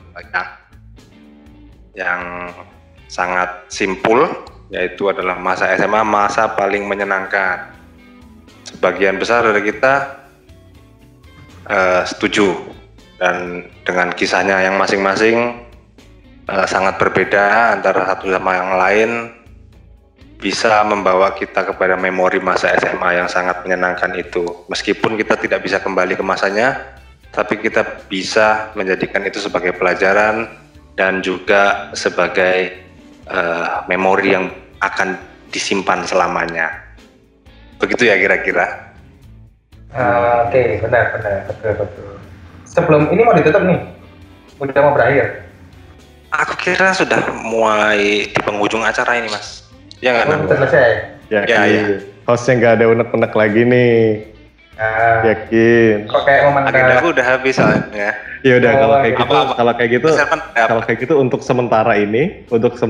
yang sangat simpul, yaitu adalah masa SMA masa paling menyenangkan. Sebagian besar dari kita setuju, dan dengan kisahnya yang masing-masing sangat berbeda antara satu sama yang lain, bisa membawa kita kepada memori masa SMA yang sangat menyenangkan itu. Meskipun kita tidak bisa kembali ke masanya, tapi kita bisa menjadikan itu sebagai pelajaran dan juga sebagai memori yang akan disimpan selamanya. Begitu ya kira-kira. Oke, benar, betul. Sebelum ini mau ditutup nih, udah mau berakhir. Aku kira sudah mulai di penghujung acara ini, Mas. Ya nggak? Udah selesai. Ya. Hostnya nggak ada unek-unek lagi nih. Yakin. Kok kayak agendaku udah habis soalnya. Ya udah kalau kayak gitu untuk sementara ini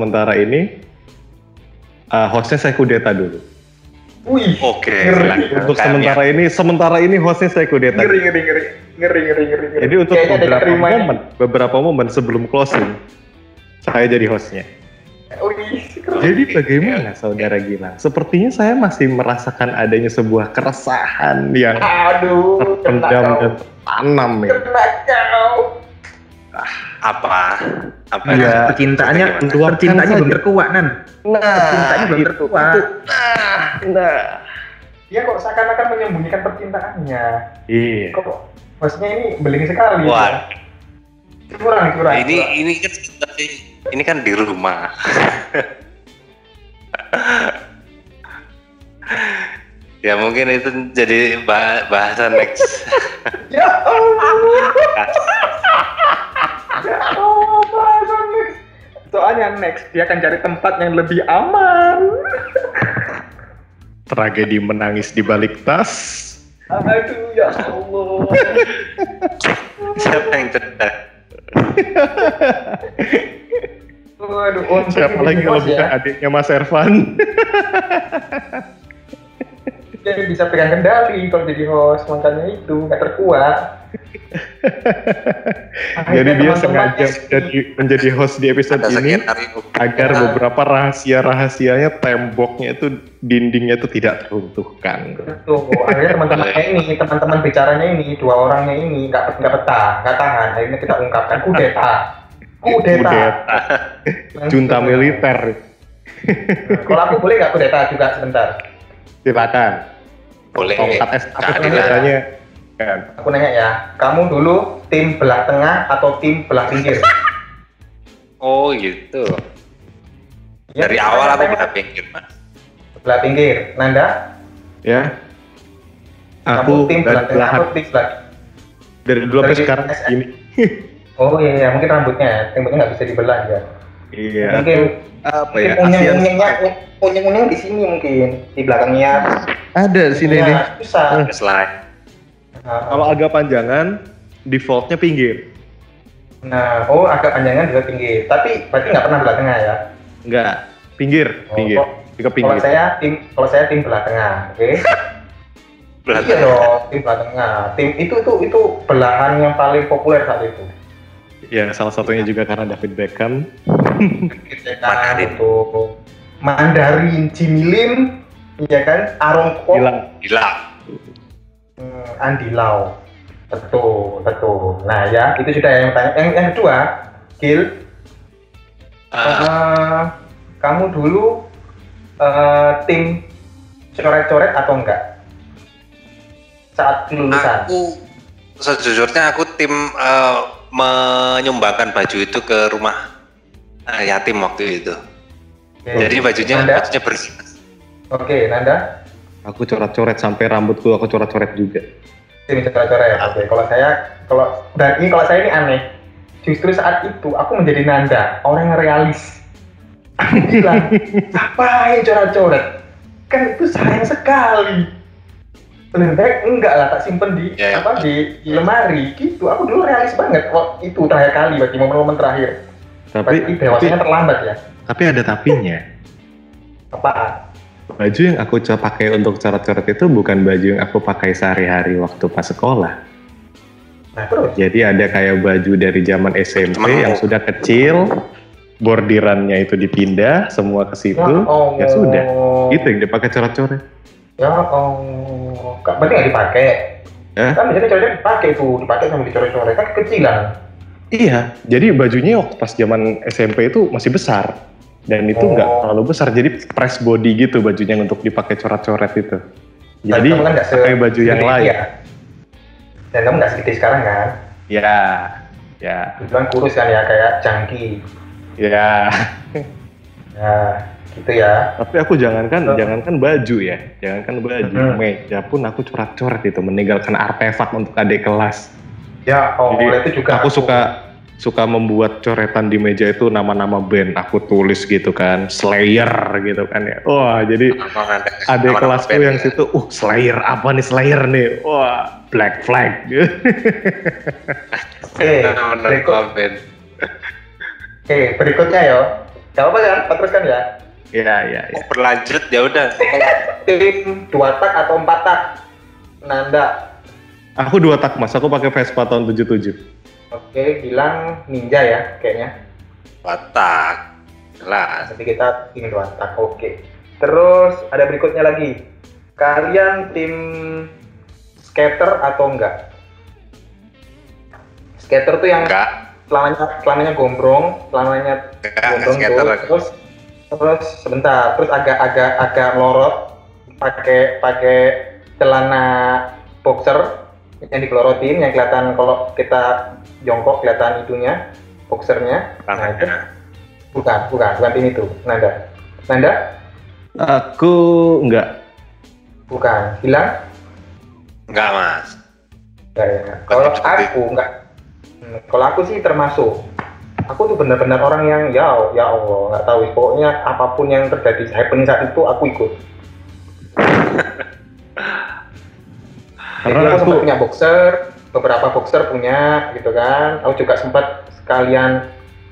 hostnya saya kudeta dulu. Wih. Oke. Untuk sementara ini hostnya saya kudeta. Ngeri. Jadi untuk beberapa momen sebelum closing, saya jadi hostnya. Jadi bagaimana saudara Gilang? Sepertinya saya masih merasakan adanya sebuah keresahan yang terpendam dan tertanam ya. Apa ya, percintaannya belum terkuat Nan. Percintaannya belum terkuat. Dia kok seakan-akan menyembunyikan percintaannya. Iya. Kok maksudnya ini beling sekali. Wah. Kurang. Ini kan di rumah. Ya mungkin itu jadi bahasan next. Ya Allah. Bahasan next. Soalnya next dia akan cari tempat yang lebih aman. Tragedi menangis di balik tas. Aduh ya Allah. Siapa yang cerdas? Waduh, siapa lagi kalau bukan adiknya Mas Ervan? Jadi bisa pegang kendali kalau jadi host, makanya itu nggak terkuat. Jadi dia sengaja menjadi host di episode ini agar beberapa rahasia-rahasianya, temboknya itu, dindingnya itu tidak teruntuhkan. Betul. Akhirnya teman-teman bicaranya ini, dua orangnya ini nggak tahan. Akhirnya kita ungkapkan kudeta. Junta militer. Kalau aku boleh nggak kudeta juga sebentar? Silakan. Boleh. Aku nanya ya, kamu dulu tim belah tengah atau tim belah pinggir? Oh gitu. Ya, dari awal aku belah pinggir, Mas. Belah pinggir. Nanda? Ya. Aku tim belah tengah atau tim belah? Dari dulu sampai sekarang ini. Oh iya, mungkin rambutnya nggak bisa dibelah ya. Iya. Mungkin apa ya? Unyeng-unyeng di sini mungkin, di belakangnya. Ada di sini nih. Susah. Slide. Kalau agak panjangan, defaultnya pinggir. Nah, agak panjangan juga pinggir. Tapi berarti nggak pernah belah tengah ya? Nggak, pinggir. ke pinggir. Kalau saya tim belah tengah, oke? Iya dong, tim belah tengah. Tim itu belahan yang paling populer saat itu. Ya, salah satunya juga karena David Beckham. Mandarin, Jimmy Lim, iya kan? Aaron Kwok, Andy Lau. Betul. Nah ya, itu sudah yang tanya. Yang kedua, Gil, kamu dulu tim coret-coret atau enggak saat kelulusan? Sejujurnya aku tim menyumbangkan baju itu ke rumah yatim waktu itu. Jadi bajunya bersih. Oke, Nanda? Aku coret-coret sampai rambutku aku coret-coret juga. Tim coret-coret. Oke, kalau saya ini aneh. Justru saat itu aku menjadi Nanda, orang yang realis. Aku bilang, ngapain coret-coret? Kan itu sayang sekali. Lebih baik enggak lah, tak simpen di lemari gitu. Aku dulu realis banget waktu itu terakhir kali bagi momen-momen terakhir. Tapi dewasanya terlambat ya. Tapi ada tapinya. Apaan? Baju yang aku pakai untuk coret-coret itu bukan baju yang aku pakai sehari-hari waktu pas sekolah. Nah, terus? Jadi ada kayak baju dari zaman SMP yang sudah kecil, bordirannya itu dipindah semua ke situ, ya sudah. Itu yang dipakai coret-coret. Ya berarti nggak dipakai? Kan biasanya coret-coret dipakai sama dicoret-coret, kan kekecilan. Iya, jadi bajunya waktu pas zaman SMP itu masih besar. Dan itu nggak terlalu besar, jadi press body gitu bajunya untuk dipakai coret-coret itu. Jadi kan pakai baju yang lain. Ya. Dan kamu nggak segede sekarang kan? Ya. Kebetulan kurus kan ya, kayak jangki. Ya, gitu ya. Tapi aku jangankan baju ya, meja pun aku coret-coret itu, meninggalkan artefak untuk adik kelas. Ya, itu juga. Aku suka membuat coretan di meja itu nama-nama band, aku tulis gitu kan, Slayer gitu kan ya. Wah, jadi adik kelasku yang situ, Slayer, apa nih Slayer nih? Wah, Black Flag. Berikutnya ya. Gak apa kan? Teruskan ya. Iya. Berlanjut ya udah. Tim 2 tak atau 4 tak? Nanda. Aku 2 tak Mas, aku pakai Vespa tahun 77. Oke, bilang ninja ya kayaknya. 2 tak. Jelas. Jadi kita tim 2 tak. Oke. Terus ada berikutnya lagi. Kalian tim skater atau enggak? Skater tuh yang celananya gombrong tuh, terus sebentar, terus agak melorot, pakai celana boxer yang dikelorotin, yang kelihatan kalau kita jongkok kelihatan itunya, boxernya. Nah itu bukan tim itu. Nanda? Aku enggak. Bukan. Hilang? Enggak Mas. Enggak ya. Kalau aku sih termasuk. Aku tuh benar-benar orang yang ya Allah nggak tahu. Pokoknya apapun yang terjadi happening saat itu aku ikut. Karena aku sempat punya boxer, beberapa boxer punya gitu kan. Aku juga sempat sekalian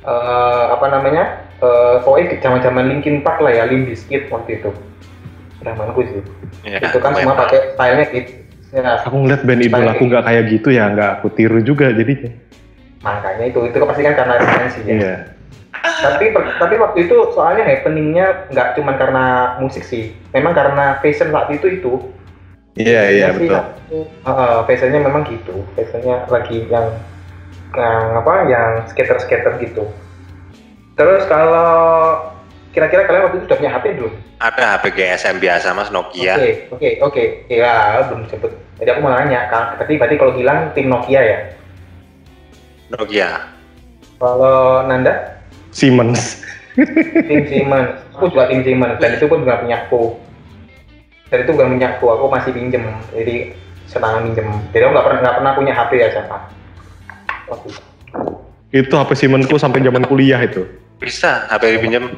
pokoknya zaman-zaman Linkin Park lah ya, Limp Bizkit waktu itu. Zamanku sih. Ya, itu kan semua pakai stylenya gitu. Ya, aku ngeliat band ibu aku nggak kayak gitu ya, nggak aku tiru juga jadinya. Makanya itu pasti kan karena referensi ya. Iya. Tapi waktu itu soalnya happeningnya nggak cuma karena musik sih, memang karena fashion saat itu. Iya betul. Fashionnya memang gitu, fashionnya lagi yang skater gitu. Terus kalau kira-kira kalian waktu itu sudah punya HP belum? Ada HP GSM biasa Mas, Nokia. Oke. Ya belum disebut. Jadi aku mau nanya, berarti kalau hilang tim Nokia ya? Nokia. Kalau Nanda? Siemens. Tim Siemens. Aku juga tim Siemens dan itu pun bukan punyaku. Aku masih pinjem. Jadi senang pinjem. Jadi aku nggak pernah punya HP ya siapa. Itu HP Siemensku sampai zaman kuliah itu. Bisa HP dipinjam?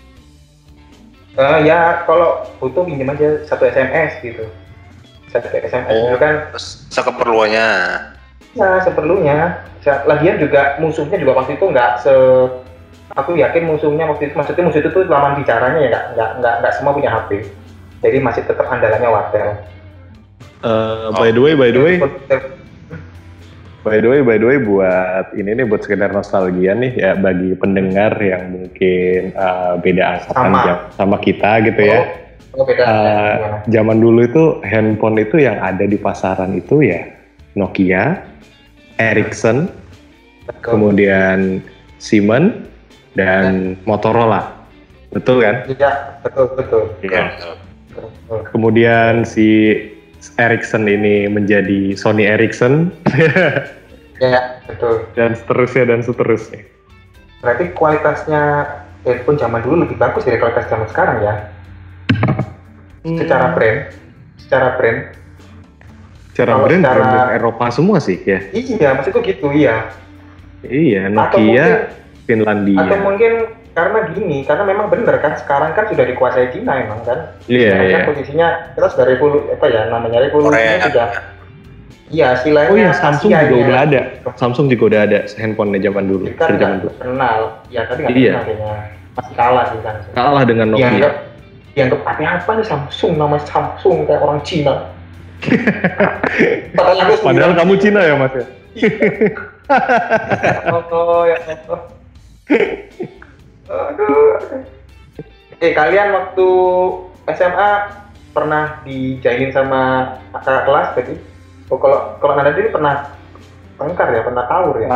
Ya kalau butuh pinjam aja 1 SMS gitu. 1 SMS itu kan. Sekeperluannya. Ya seperlunya. Lagian juga musuhnya juga waktu itu nggak aku yakin musuhnya waktu itu, maksudnya musuh itu tuh lawan bicaranya ya nggak semua punya HP. Jadi masih tetap andalannya Wartel. By the way buat ini nih buat sekedar nostalgia nih ya bagi pendengar yang mungkin beda angkatan sama kita gitu ya. Beda. Zaman dulu itu handphone itu yang ada di pasaran itu ya Nokia, Ericsson, kemudian Siemens dan Motorola. Betul kan? Iya, betul. Iya. Kemudian si Ericsson ini menjadi Sony Ericsson. Ya, betul. Dan seterusnya. Berarti kualitasnya handphone zaman dulu lebih bagus dari kualitas zaman sekarang ya? Secara brand Eropa semua sih ya. Iya, maksudku gitu ya. Iya, Nokia, Finlandia. Atau mungkin karena memang benar kan sekarang kan sudah dikuasai Cina emang kan. Iya. Kan posisinya kita sudah revolusinya sudah. Iya, istilahnya. Oh iya, Samsung juga udah ada handphone zaman dulu. Kan kenal, ya tapi nggak kenal kayaknya. Masih kalah sih kan. Kalah dengan Nokia. Dianggap apa nih Samsung, namanya Samsung kayak orang Cina. Padahal kamu Cina ya Mas ya? Ya Allah. Aduh. Kalian waktu SMA pernah dijailin sama kakak kelas tadi? Oh, kalau Nanda ini pernah tengkar ya, pernah tawur ya?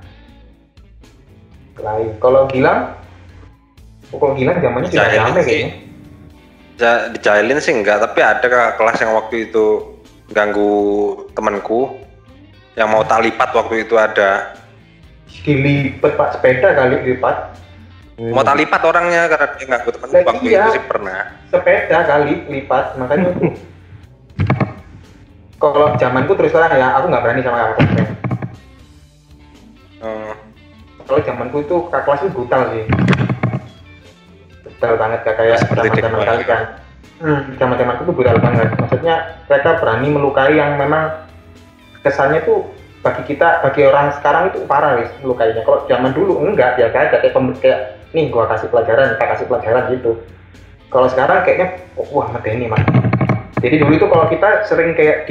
Lain. Kalau Gilang zamannya sudah rame kayaknya. Dijailin sih enggak, tapi ada kakak kelas yang waktu itu ganggu temanku yang mau tak lipat waktu itu ada. Dilipat Pak, sepeda kali dilipat. Mau tak lipat orangnya karena dia ganggu temanku waktu itu sih pernah. Sepeda kali lipat, makanya itu. Kalau zamanku terus terang ya, aku nggak berani sama kakak kelas. Kalau zamanku itu kakak kelas itu brutal sih. Brutal banget kayak zaman-zaman kali kan. Zaman-zaman itu brutal banget. Maksudnya mereka berani melukai yang memang kesannya tuh bagi orang sekarang itu parah wis melukainya. Kalau zaman dulu enggak, biasa aja kayak nih gua kasih pelajaran gitu. Kalau sekarang kayaknya wah medeni Mas. Jadi dulu itu kalau kita sering kayak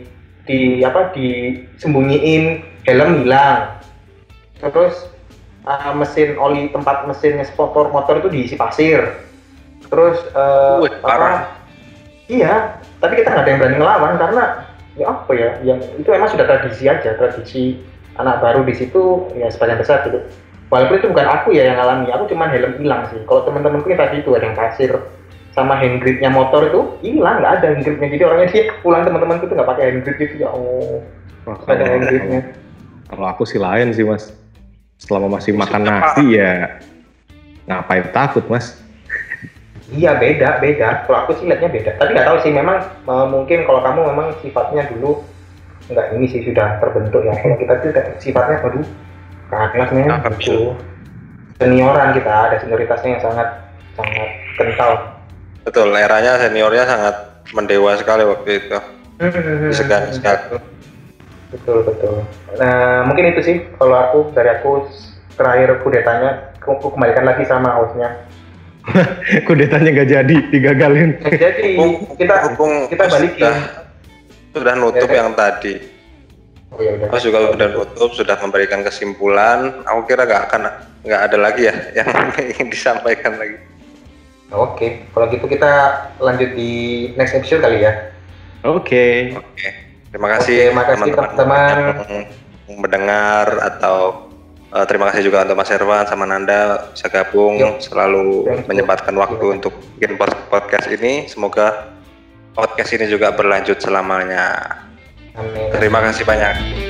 disembunyiin helm hilang. Terus mesin oli tempat mesinnya motor itu diisi pasir. Terus parah. Iya, tapi kita nggak ada yang berani ngelawan karena yang itu emang sudah tradisi anak baru di situ ya sebagian besar gitu. Walaupun itu bukan aku ya yang ngalami, aku cuma helm hilang sih. Kalau teman-temanku yang tadi itu ada yang pasir sama handgripnya motor itu hilang, nggak ada handgripnya. Jadi orangnya dia pulang teman-temanku tuh nggak pakai handgrip gitu ya. Ada handgripnya. Kalau aku sih lain sih Mas. Selama masih makan nasi ya ngapain takut Mas? Iya beda. Kalau aku sih lihatnya beda. Tapi nggak tahu sih memang mungkin kalau kamu memang sifatnya dulu nggak ini sih sudah terbentuk ya. Kalau kita tuh sifatnya baru kakak kelasnya gitu. Senioran kita ada senioritasnya yang sangat kental. Betul, eranya seniornya sangat mendewa sekali waktu itu. Disegani sekali. Betul. Nah mungkin itu sih kalau dari aku terakhir kudetanya aku kembalikan lagi sama hostnya. Kudetanya nggak jadi, digagalin. Jadi kita balikin. Sudah nutup yang tadi. Mas juga sudah nutup, sudah memberikan kesimpulan. Aku kira nggak ada lagi ya yang ingin disampaikan lagi. Oke, kalau gitu kita lanjut di next episode kali ya. Oke. Terima kasih teman-teman yang mendengar atau terima kasih juga untuk Mas Herwan sama Nanda bisa gabung selalu menyempatkan waktu untuk bikin podcast ini. Semoga podcast ini juga berlanjut selamanya. Amin. Terima kasih banyak.